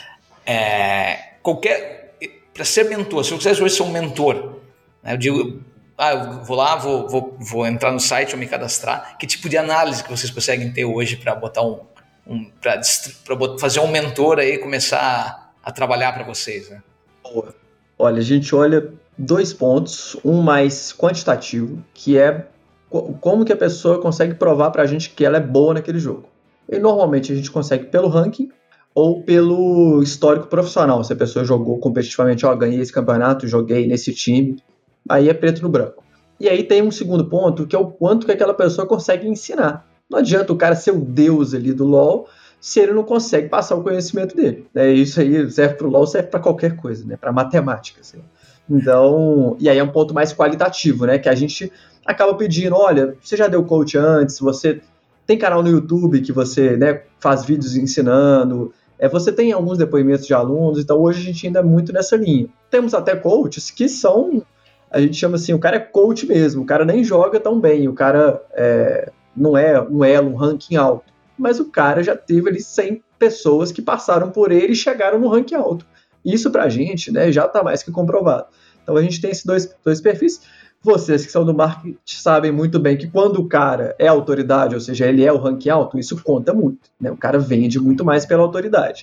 Para ser mentor, se eu quisesse hoje ser um mentor, né, eu digo, eu vou lá, vou entrar no site, vou me cadastrar, que tipo de análise que vocês conseguem ter hoje para botar para fazer um mentor aí começar a trabalhar para vocês, né? Boa. Olha, a gente olha 2 pontos, um mais quantitativo, que é como que a pessoa consegue provar pra gente que ela é boa naquele jogo. E normalmente a gente consegue pelo ranking ou pelo histórico profissional. Se a pessoa jogou competitivamente, ganhei esse campeonato, joguei nesse time, aí é preto no branco. E aí tem um segundo ponto, que é o quanto que aquela pessoa consegue ensinar. Não adianta o cara ser o deus ali do LoL se ele não consegue passar o conhecimento dele. Isso aí serve para o LoL, serve para qualquer coisa, né? Para matemática. Assim. Então, e aí é um ponto mais qualitativo, né? Que a gente acaba pedindo, olha, você já deu coach antes, você tem canal no YouTube que você, né, faz vídeos ensinando, você tem alguns depoimentos de alunos, então hoje a gente ainda é muito nessa linha. Temos até coaches que são, a gente chama assim, o cara é coach mesmo, o cara nem joga tão bem, o cara não é um elo, um ranking alto, mas o cara já teve ali 100 pessoas que passaram por ele e chegaram no ranking alto. Isso pra gente, né, já tá mais que comprovado. Então a gente tem esses dois perfis. Vocês que são do marketing sabem muito bem que quando o cara é autoridade, ou seja, ele é o ranking alto, isso conta muito, né? O cara vende muito mais pela autoridade.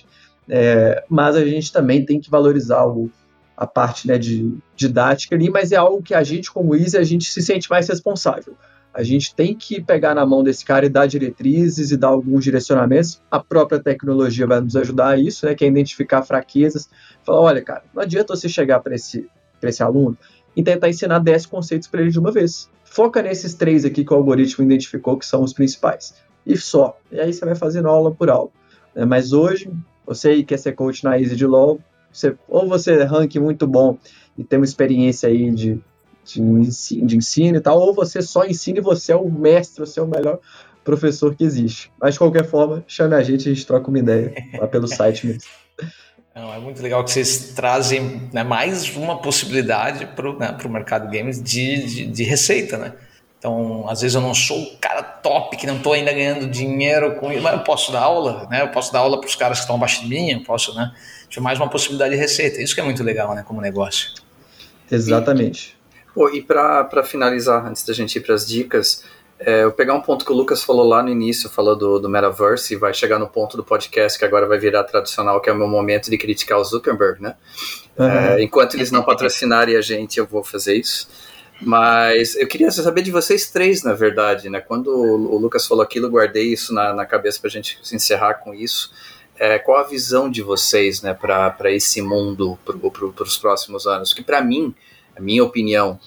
Mas a gente também tem que valorizar a parte, né, de didática ali, mas é algo que a gente, como Easy, a gente se sente mais responsável. A gente tem que pegar na mão desse cara e dar diretrizes e dar alguns direcionamentos. A própria tecnologia vai nos ajudar a isso, né, que é identificar fraquezas. Falar, olha, cara, não adianta você chegar para esse aluno e tentar ensinar 10 conceitos para ele de uma vez. Foca nesses 3 aqui que o algoritmo identificou que são os principais. E só. E aí você vai fazendo aula por aula. Mas hoje, você aí quer ser coach na Easy de LoL, ou você rank muito bom e tem uma experiência aí de ensino e tal, ou você só ensina e você é o mestre, você é o melhor professor que existe. Mas de qualquer forma, chame a gente troca uma ideia lá pelo site mesmo. Não, é muito legal que vocês trazem, né, mais uma possibilidade para o mercado games de receita, né? Então, às vezes eu não sou o cara top, que não estou ainda ganhando dinheiro com isso, mas eu posso dar aula, né? Eu posso dar aula para os caras que estão abaixo de mim, eu posso, né? Tinha mais uma possibilidade de receita. Isso que é muito legal, né? Como negócio. Exatamente. E para finalizar, antes da gente ir para as dicas, eu pegar um ponto que o Lucas falou lá no início, falou do Metaverse, e vai chegar no ponto do podcast que agora vai virar tradicional, que é o meu momento de criticar o Zuckerberg, né? Uhum. Enquanto eles não patrocinarem a gente, eu vou fazer isso. Mas eu queria saber de vocês 3, na verdade, né? Quando o Lucas falou aquilo, eu guardei isso na cabeça para a gente se encerrar com isso. Qual a visão de vocês, né, para esse mundo, para os próximos anos? Que para mim, a minha opinião,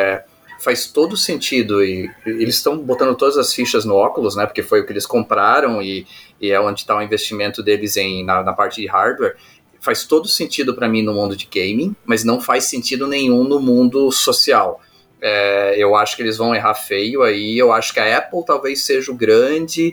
faz todo sentido, e eles estão botando todas as fichas no Oculus, né, porque foi o que eles compraram e é onde está o investimento deles na parte de hardware. Faz todo sentido para mim no mundo de gaming, mas não faz sentido nenhum no mundo social. Eu acho que eles vão errar feio aí. Eu acho que a Apple talvez seja o grande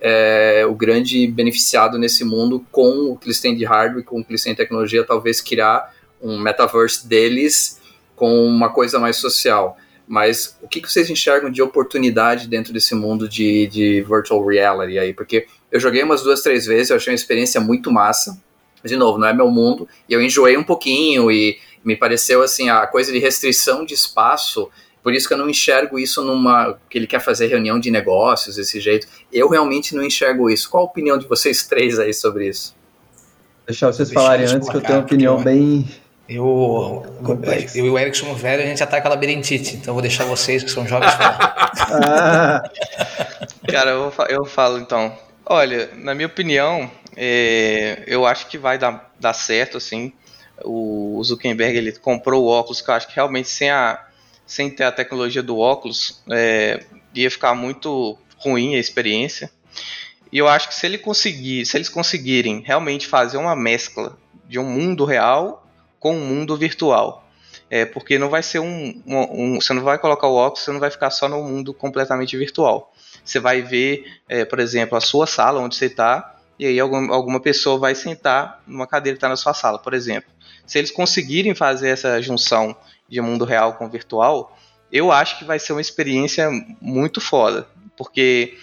beneficiado nesse mundo com o que eles têm de hardware, com o que eles têm de tecnologia, talvez criar um metaverse deles com uma coisa mais social. Mas o que vocês enxergam de oportunidade dentro desse mundo de virtual reality aí? Porque eu joguei umas 2, 3 vezes, eu achei uma experiência muito massa. De novo, não é meu mundo, e eu enjoei um pouquinho, e me pareceu assim, a coisa de restrição de espaço, por isso que eu não enxergo isso que ele quer fazer reunião de negócios, desse jeito. Eu realmente não enxergo isso. Qual a opinião de vocês 3 aí sobre isso? Deixar vocês falarem antes, que eu tenho uma opinião bem... Eu e o Eric somos velhos, a gente ataca a labirintite, então eu vou deixar vocês que são jovens falar. Cara, eu falo então. Olha, na minha opinião, eu acho que vai dar certo, assim. O Zuckerberg, ele comprou o óculos, que eu acho que realmente sem ter a tecnologia do óculos, ia ficar muito ruim a experiência. E eu acho que se eles conseguirem realmente fazer uma mescla de um mundo real com um mundo virtual, porque não vai ser você não vai colocar o óculos, você não vai ficar só no mundo completamente virtual. Você vai ver, por exemplo, a sua sala onde você está, e aí alguma pessoa vai sentar numa cadeira que está na sua sala, por exemplo. Se eles conseguirem fazer essa junção de mundo real com virtual, eu acho que vai ser uma experiência muito foda, porque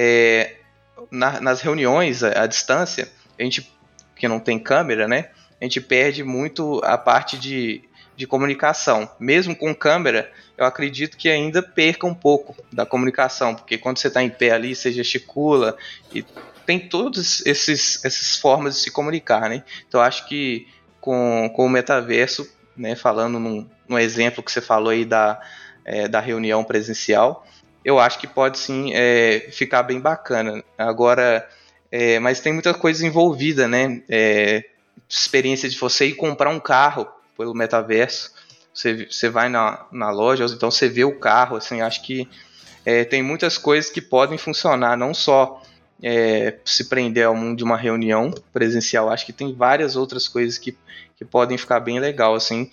nas reuniões à distância, a gente, que não tem câmera, né, a gente perde muito a parte de comunicação. Mesmo com câmera, eu acredito que ainda perca um pouco da comunicação, porque quando você está em pé ali, você gesticula e tem todas essas formas de se comunicar, né? Então, eu acho que com o metaverso, né, falando num exemplo que você falou aí da reunião presencial, eu acho que pode sim ficar bem bacana. Agora, mas tem muita coisa envolvida, né? Experiência de você ir comprar um carro pelo metaverso, você vai na loja, então você vê o carro, assim, acho que tem muitas coisas que podem funcionar, não só se prender ao mundo de uma reunião presencial, acho que tem várias outras coisas que podem ficar bem legal, assim,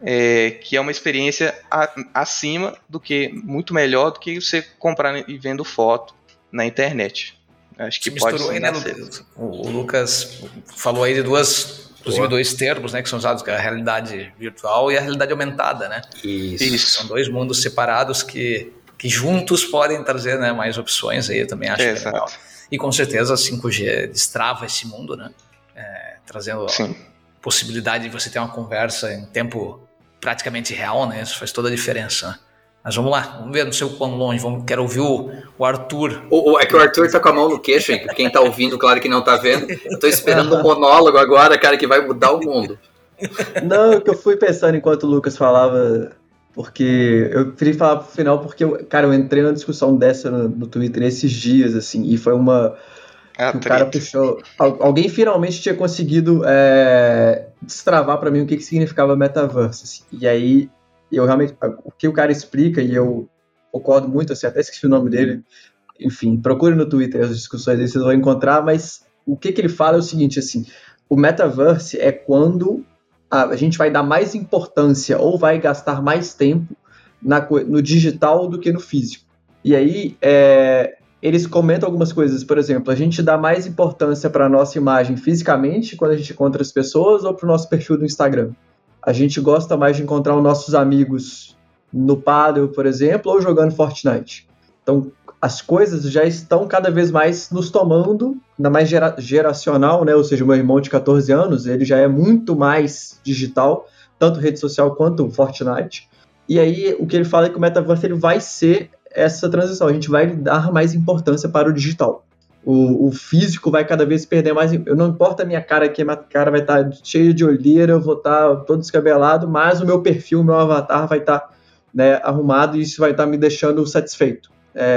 que é uma experiência acima do que, muito melhor do que você comprar e vendo foto na internet. Acho que pode misturou sim, aí, né, o Lucas falou aí de dois termos, né, que são usados, que é a realidade virtual e a realidade aumentada, né? Isso. São dois mundos separados que juntos podem trazer, né, mais opções aí, eu também acho que é legal. E com certeza a 5G destrava esse mundo, né? Trazendo a possibilidade de você ter uma conversa em tempo praticamente real, né? Isso faz toda a diferença, né? Mas vamos lá, vamos ver, não sei o quão longe, quero ouvir o Arthur. É que o Arthur tá com a mão no queixo, hein? Quem tá ouvindo, claro que não tá vendo. Eu tô esperando um monólogo agora, cara, que vai mudar o mundo. Não, que eu fui pensando enquanto o Lucas falava, porque eu queria falar pro final, porque eu entrei numa discussão dessa no Twitter esses dias, assim, e foi uma... que o cara puxou... Alguém finalmente tinha conseguido destravar pra mim o que significava metaverse, assim, e aí... eu realmente, o que o cara explica, e eu concordo muito, assim, até esqueci o nome dele, enfim, procure no Twitter as discussões aí, vocês vão encontrar, mas o que ele fala é o seguinte, assim, o metaverse é quando a gente vai dar mais importância ou vai gastar mais tempo no digital do que no físico. E aí, eles comentam algumas coisas, por exemplo, a gente dá mais importância para a nossa imagem fisicamente quando a gente encontra as pessoas ou para o nosso perfil do Instagram. A gente gosta mais de encontrar os nossos amigos no Paddle, por exemplo, ou jogando Fortnite. Então, as coisas já estão cada vez mais nos tomando, ainda mais geracional, né? Ou seja, o meu irmão de 14 anos, ele já é muito mais digital, tanto rede social quanto Fortnite. E aí, o que ele fala é que o metaverse ele vai ser essa transição. A gente vai dar mais importância para o digital. O físico vai cada vez perder mais. Não importa a minha cara aqui, minha cara vai estar cheia de olheira, eu vou estar todo descabelado, mas o meu perfil, o meu avatar vai estar, né, arrumado e isso vai estar me deixando satisfeito.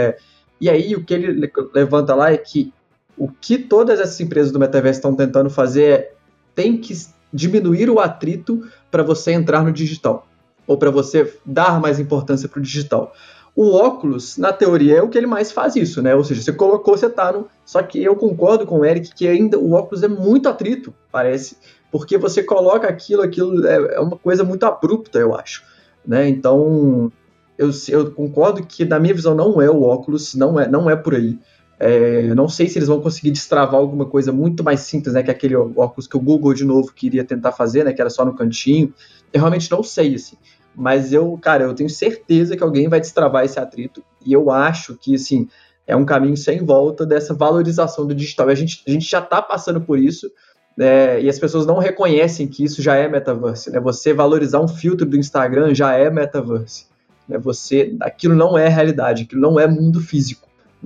E aí o que ele levanta lá é que o que todas essas empresas do metaverso estão tentando fazer tem que diminuir o atrito para você entrar no digital, ou para você dar mais importância para o digital. O óculos, na teoria, é o que ele mais faz isso, né? Ou seja, você colocou, você tá no... Só que eu concordo com o Eric que ainda o óculos é muito atrito, parece, porque você coloca aquilo é uma coisa muito abrupta, eu acho, né? Então, eu concordo que, na minha visão, não é o óculos, não é por aí. Não sei se eles vão conseguir destravar alguma coisa muito mais simples, né? Que aquele óculos que o Google, de novo, queria tentar fazer, né? Que era só no cantinho. Eu realmente não sei, assim. Mas eu tenho certeza que alguém vai destravar esse atrito, e eu acho que, assim, é um caminho sem volta dessa valorização do digital. A gente já está passando por isso, e as pessoas não reconhecem que isso já é metaverse, né? Você valorizar um filtro do Instagram já é metaverse, né? Aquilo não é realidade, aquilo não é mundo físico,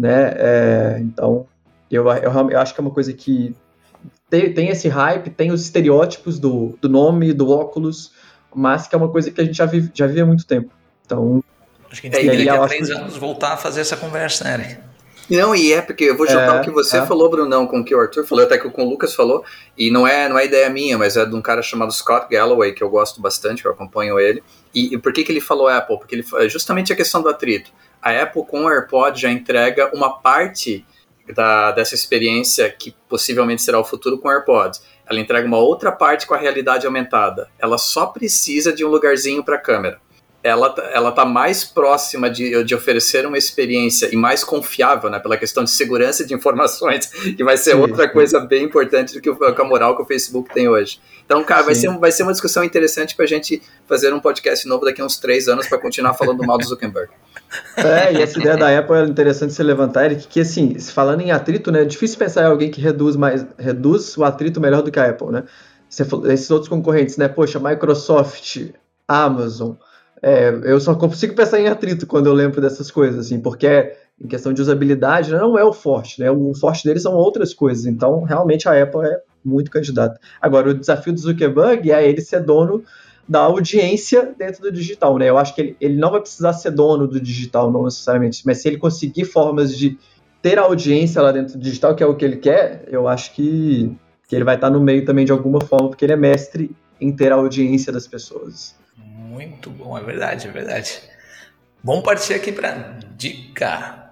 né? Então, eu acho que é uma coisa que tem esse hype, tem os estereótipos do nome, do óculos, mas que é uma coisa que a gente já vive há muito tempo. Então, acho que a gente tem daqui a 3 anos voltar a fazer essa conversa, né, Eric? Não, e porque eu vou juntar o que você falou, Brunão, com o que o Arthur falou, até que com o Lucas falou, e não é ideia minha, mas é de um cara chamado Scott Galloway, que eu gosto bastante, eu acompanho ele. E por que ele falou Apple? Porque justamente a questão do atrito. A Apple com o AirPod já entrega uma parte dessa experiência que possivelmente será o futuro com o AirPods. Ela entrega uma outra parte com a realidade aumentada. Ela só precisa de um lugarzinho para a câmera. ela tá mais próxima de oferecer uma experiência e mais confiável, né, pela questão de segurança de informações, que vai ser outra coisa bem importante do que a moral que o Facebook tem hoje. Então, cara, vai ser uma discussão interessante pra gente fazer um podcast novo daqui a uns 3 anos para continuar falando mal do Zuckerberg. E essa ideia da Apple é interessante se levantar, Eric, que assim, falando em atrito, né, é difícil pensar em alguém que reduz o atrito melhor do que a Apple, né? Esses outros concorrentes, né? Poxa, Microsoft, Amazon, eu só consigo pensar em atrito quando eu lembro dessas coisas, assim, porque em questão de usabilidade não é o forte, né? O forte deles são outras coisas, então realmente a Apple é muito candidata. Agora, o desafio do Zuckerberg é ele ser dono da audiência dentro do digital, né? Eu acho que ele não vai precisar ser dono do digital, não necessariamente, mas se ele conseguir formas de ter audiência lá dentro do digital, que é o que ele quer, eu acho que ele vai estar no meio também de alguma forma, porque ele é mestre em ter a audiência das pessoas. Muito bom, é verdade, é verdade. Vamos partir aqui para dica.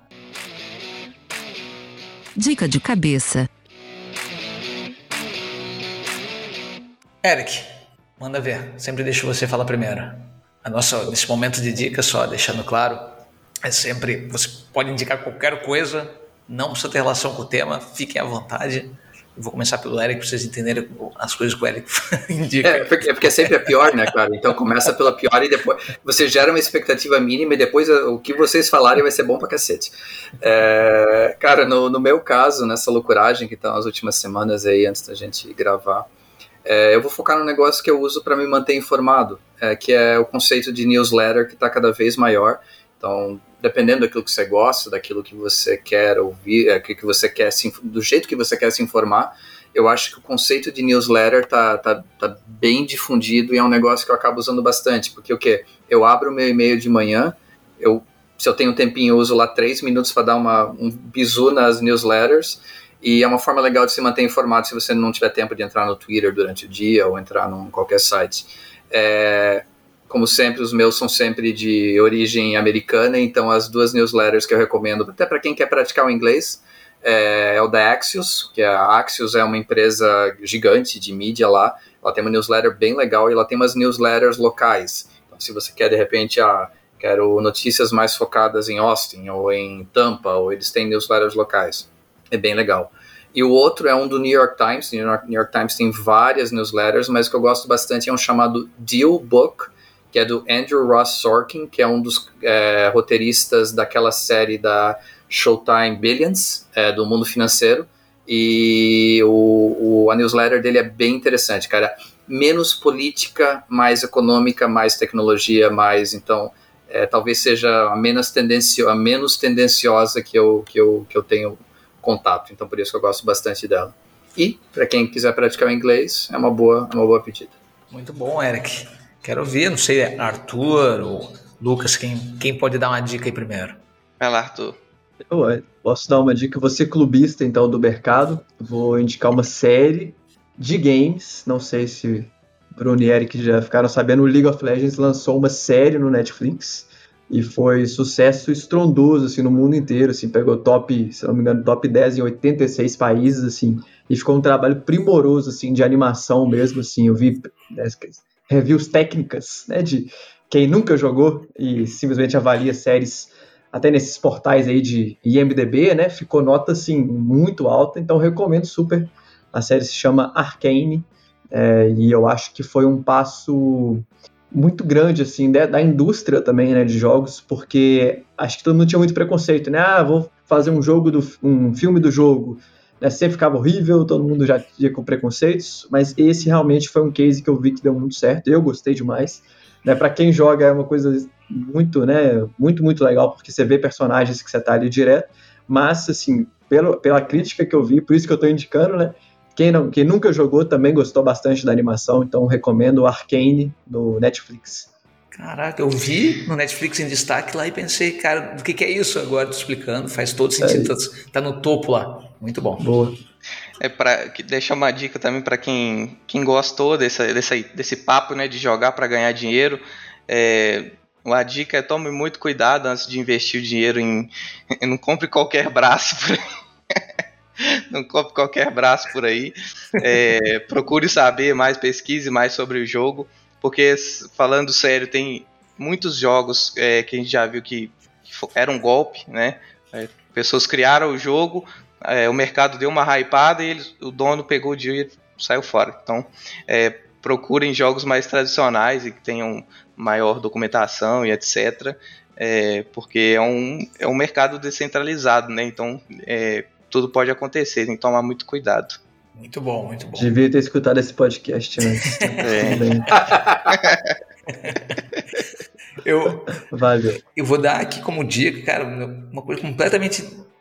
Dica de cabeça. Eric, manda ver. Sempre deixo você falar primeiro. Nesse momento de dica, só deixando claro, é sempre, você pode indicar qualquer coisa, não precisa ter relação com o tema, fiquem à vontade. Eu vou começar pelo Eric para vocês entenderem as coisas que o Eric indica. Porque sempre é pior, né, cara? Então começa pela pior e depois você gera uma expectativa mínima e depois o que vocês falarem vai ser bom pra cacete. Cara, no meu caso, nessa loucuragem que tá nas últimas semanas aí, antes da gente gravar, eu vou focar no negócio que eu uso para me manter informado, que é o conceito de newsletter, que está cada vez maior. Então, dependendo daquilo que você gosta, daquilo que você quer ouvir, que você quer do jeito que você quer se informar, eu acho que o conceito de newsletter tá bem difundido e é um negócio que eu acabo usando bastante, porque o quê? Eu abro o meu e-mail de manhã, se eu tenho um tempinho, eu uso lá 3 minutos para dar um bizu nas newsletters, e é uma forma legal de se manter informado se você não tiver tempo de entrar no Twitter durante o dia ou entrar em qualquer site. Como sempre, os meus são sempre de origem americana, então as 2 newsletters que eu recomendo, até para quem quer praticar o inglês, é o da Axios, que a Axios é uma empresa gigante de mídia lá, ela tem uma newsletter bem legal e ela tem umas newsletters locais. Então, se você quer, de repente, quero notícias mais focadas em Austin ou em Tampa, ou eles têm newsletters locais. É bem legal. E o outro é um do New York Times. New York Times tem várias newsletters, mas o que eu gosto bastante é um chamado Deal Book, que é do Andrew Ross Sorkin, que é um dos roteiristas daquela série da Showtime Billions, do mundo financeiro. E a newsletter dele é bem interessante, cara. Menos política, mais econômica, mais tecnologia, mais... Então, talvez seja a menos tendenciosa que eu tenho contato, então por isso que eu gosto bastante dela. E, para quem quiser praticar o inglês, é uma boa pedida. Muito bom, Eric. Quero ouvir, não sei, Arthur ou Lucas, quem pode dar uma dica aí primeiro? Vai lá, Arthur. Eu posso dar uma dica, você clubista então do mercado, vou indicar uma série de games, não sei se Bruno e Eric já ficaram sabendo, o League of Legends lançou uma série no Netflix, e foi sucesso estrondoso, assim, no mundo inteiro, assim, pegou se não me engano, top 10 em 86 países, assim, e ficou um trabalho primoroso, assim, de animação mesmo, assim, eu vi reviews técnicas, né, de quem nunca jogou e simplesmente avalia séries, até nesses portais aí de IMDb, né, ficou nota, assim, muito alta, então recomendo super, a série se chama Arcane, e eu acho que foi um passo muito grande, assim, da indústria também, né, de jogos, porque acho que todo mundo tinha muito preconceito, né, vou fazer um filme do jogo, né, sempre ficava horrível, todo mundo já ia com preconceitos, mas esse realmente foi um case que eu vi que deu muito certo, eu gostei demais, né, para quem joga é uma coisa muito, né, muito legal, porque você vê personagens que você tá ali direto, mas, assim, pela crítica que eu vi, por isso que eu tô indicando, né, quem nunca jogou também gostou bastante da animação, então recomendo o Arcane no Netflix. Caraca, eu vi no Netflix em destaque lá e pensei, cara, o que é isso agora? Tô explicando, faz todo sentido, tá no topo lá. Muito bom. Boa. Deixar uma dica também para quem gostou desse papo, né, de jogar para ganhar dinheiro. Uma dica é tome muito cuidado antes de investir o dinheiro não compre qualquer braço por aí. Não compre qualquer braço por aí. Procure saber mais, pesquise mais sobre o jogo, porque, falando sério, tem muitos jogos que a gente já viu que era um golpe, né? Pessoas criaram o jogo, o mercado deu uma hypada e o dono pegou o dinheiro e saiu fora. Então, procurem jogos mais tradicionais e que tenham maior documentação e etc. Porque é um mercado descentralizado, né? Então, tudo pode acontecer, tem que tomar muito cuidado. Muito bom, muito bom. Devia ter escutado esse podcast antes. Valeu. Eu vou dar aqui como dica, cara, uma coisa completamente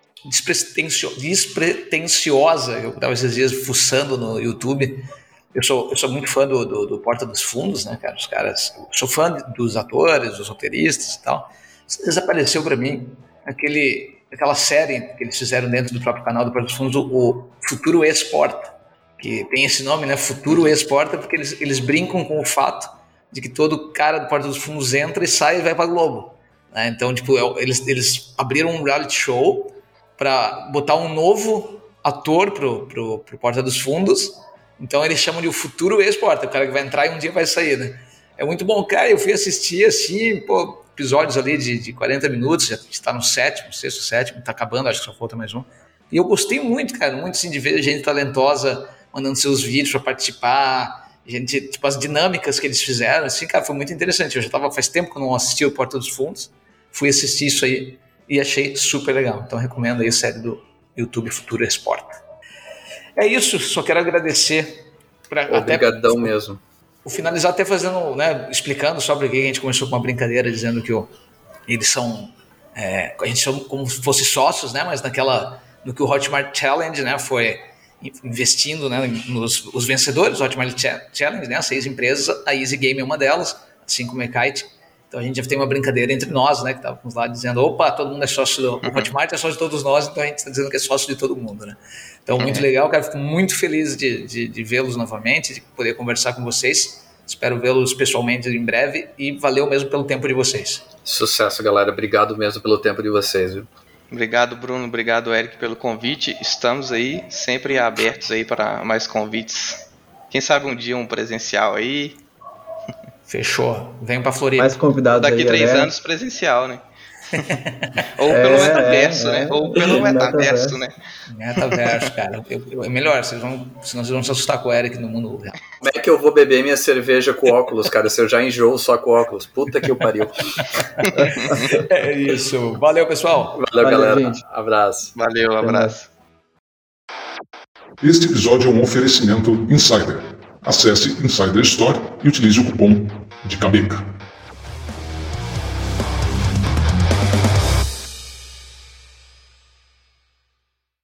despretensiosa. Eu estava esses dias fuçando no YouTube. Eu sou muito fã do Porta dos Fundos, né, cara? Os caras, eu sou fã dos atores, dos roteiristas e tal. Desapareceu para mim aquela série que eles fizeram dentro do próprio canal do Porta dos Fundos, o Futuro Exporta, que tem esse nome, né? Futuro Exporta, porque eles brincam com o fato de que todo cara do Porta dos Fundos entra e sai e vai pra Globo, né? Então, tipo, eles abriram um reality show para botar um novo ator pro Porta dos Fundos. Então eles chamam de o Futuro Exporta, o cara que vai entrar e um dia vai sair, né? É muito bom, cara. Eu fui assistir assim, episódios ali de 40 minutos, já está no sexto, sétimo, tá acabando, acho que só falta mais um. E eu gostei muito, cara, muito assim, de ver gente talentosa mandando seus vídeos para participar, gente, tipo, as dinâmicas que eles fizeram, assim, cara, foi muito interessante. Eu já faz tempo que eu não assistia o Porta dos Fundos, fui assistir isso aí e achei super legal. Então recomendo aí a série do YouTube Futuro Exporta. É isso, só quero agradecer. Obrigadão mesmo. Vou finalizar até fazendo, né, explicando sobre o que a gente começou com uma brincadeira, dizendo que eles são, a gente são como se fossem sócios, né, mas no que o Hotmart Challenge, né, foi investindo, né, nos vencedores do Hotmart Challenge, né, 6 empresas, a Easy Game é uma delas, assim como a Kite. Então a gente já tem uma brincadeira entre nós, né, que estávamos lá dizendo, opa, todo mundo é sócio do Hotmart, é sócio de todos nós, então a gente está dizendo que é sócio de todo mundo, né. Então, muito legal, cara, fico muito feliz de vê-los novamente, de poder conversar com vocês. Espero vê-los pessoalmente em breve e valeu mesmo pelo tempo de vocês. Sucesso, galera. Obrigado mesmo pelo tempo de vocês, viu? Obrigado, Bruno. Obrigado, Eric, pelo convite. Estamos aí sempre abertos aí para mais convites. Quem sabe um dia um presencial aí. Fechou. Venham para Floripa. Mais convidados daqui aí, 3 anos presencial, né? Ou pelo metaverso, né? Ou pelo metaverso, né? Metaverso, cara. É melhor, senão vocês vão se assustar com o Eric no mundo real. Como é que eu vou beber minha cerveja com óculos, cara, se eu já enjoo só com óculos? Puta que o pariu. É isso. Valeu, pessoal. Valeu, galera. Gente. Abraço. Valeu, abraço. Este episódio é um oferecimento Insider. Acesse Insider Store e utilize o cupom de Cabeca.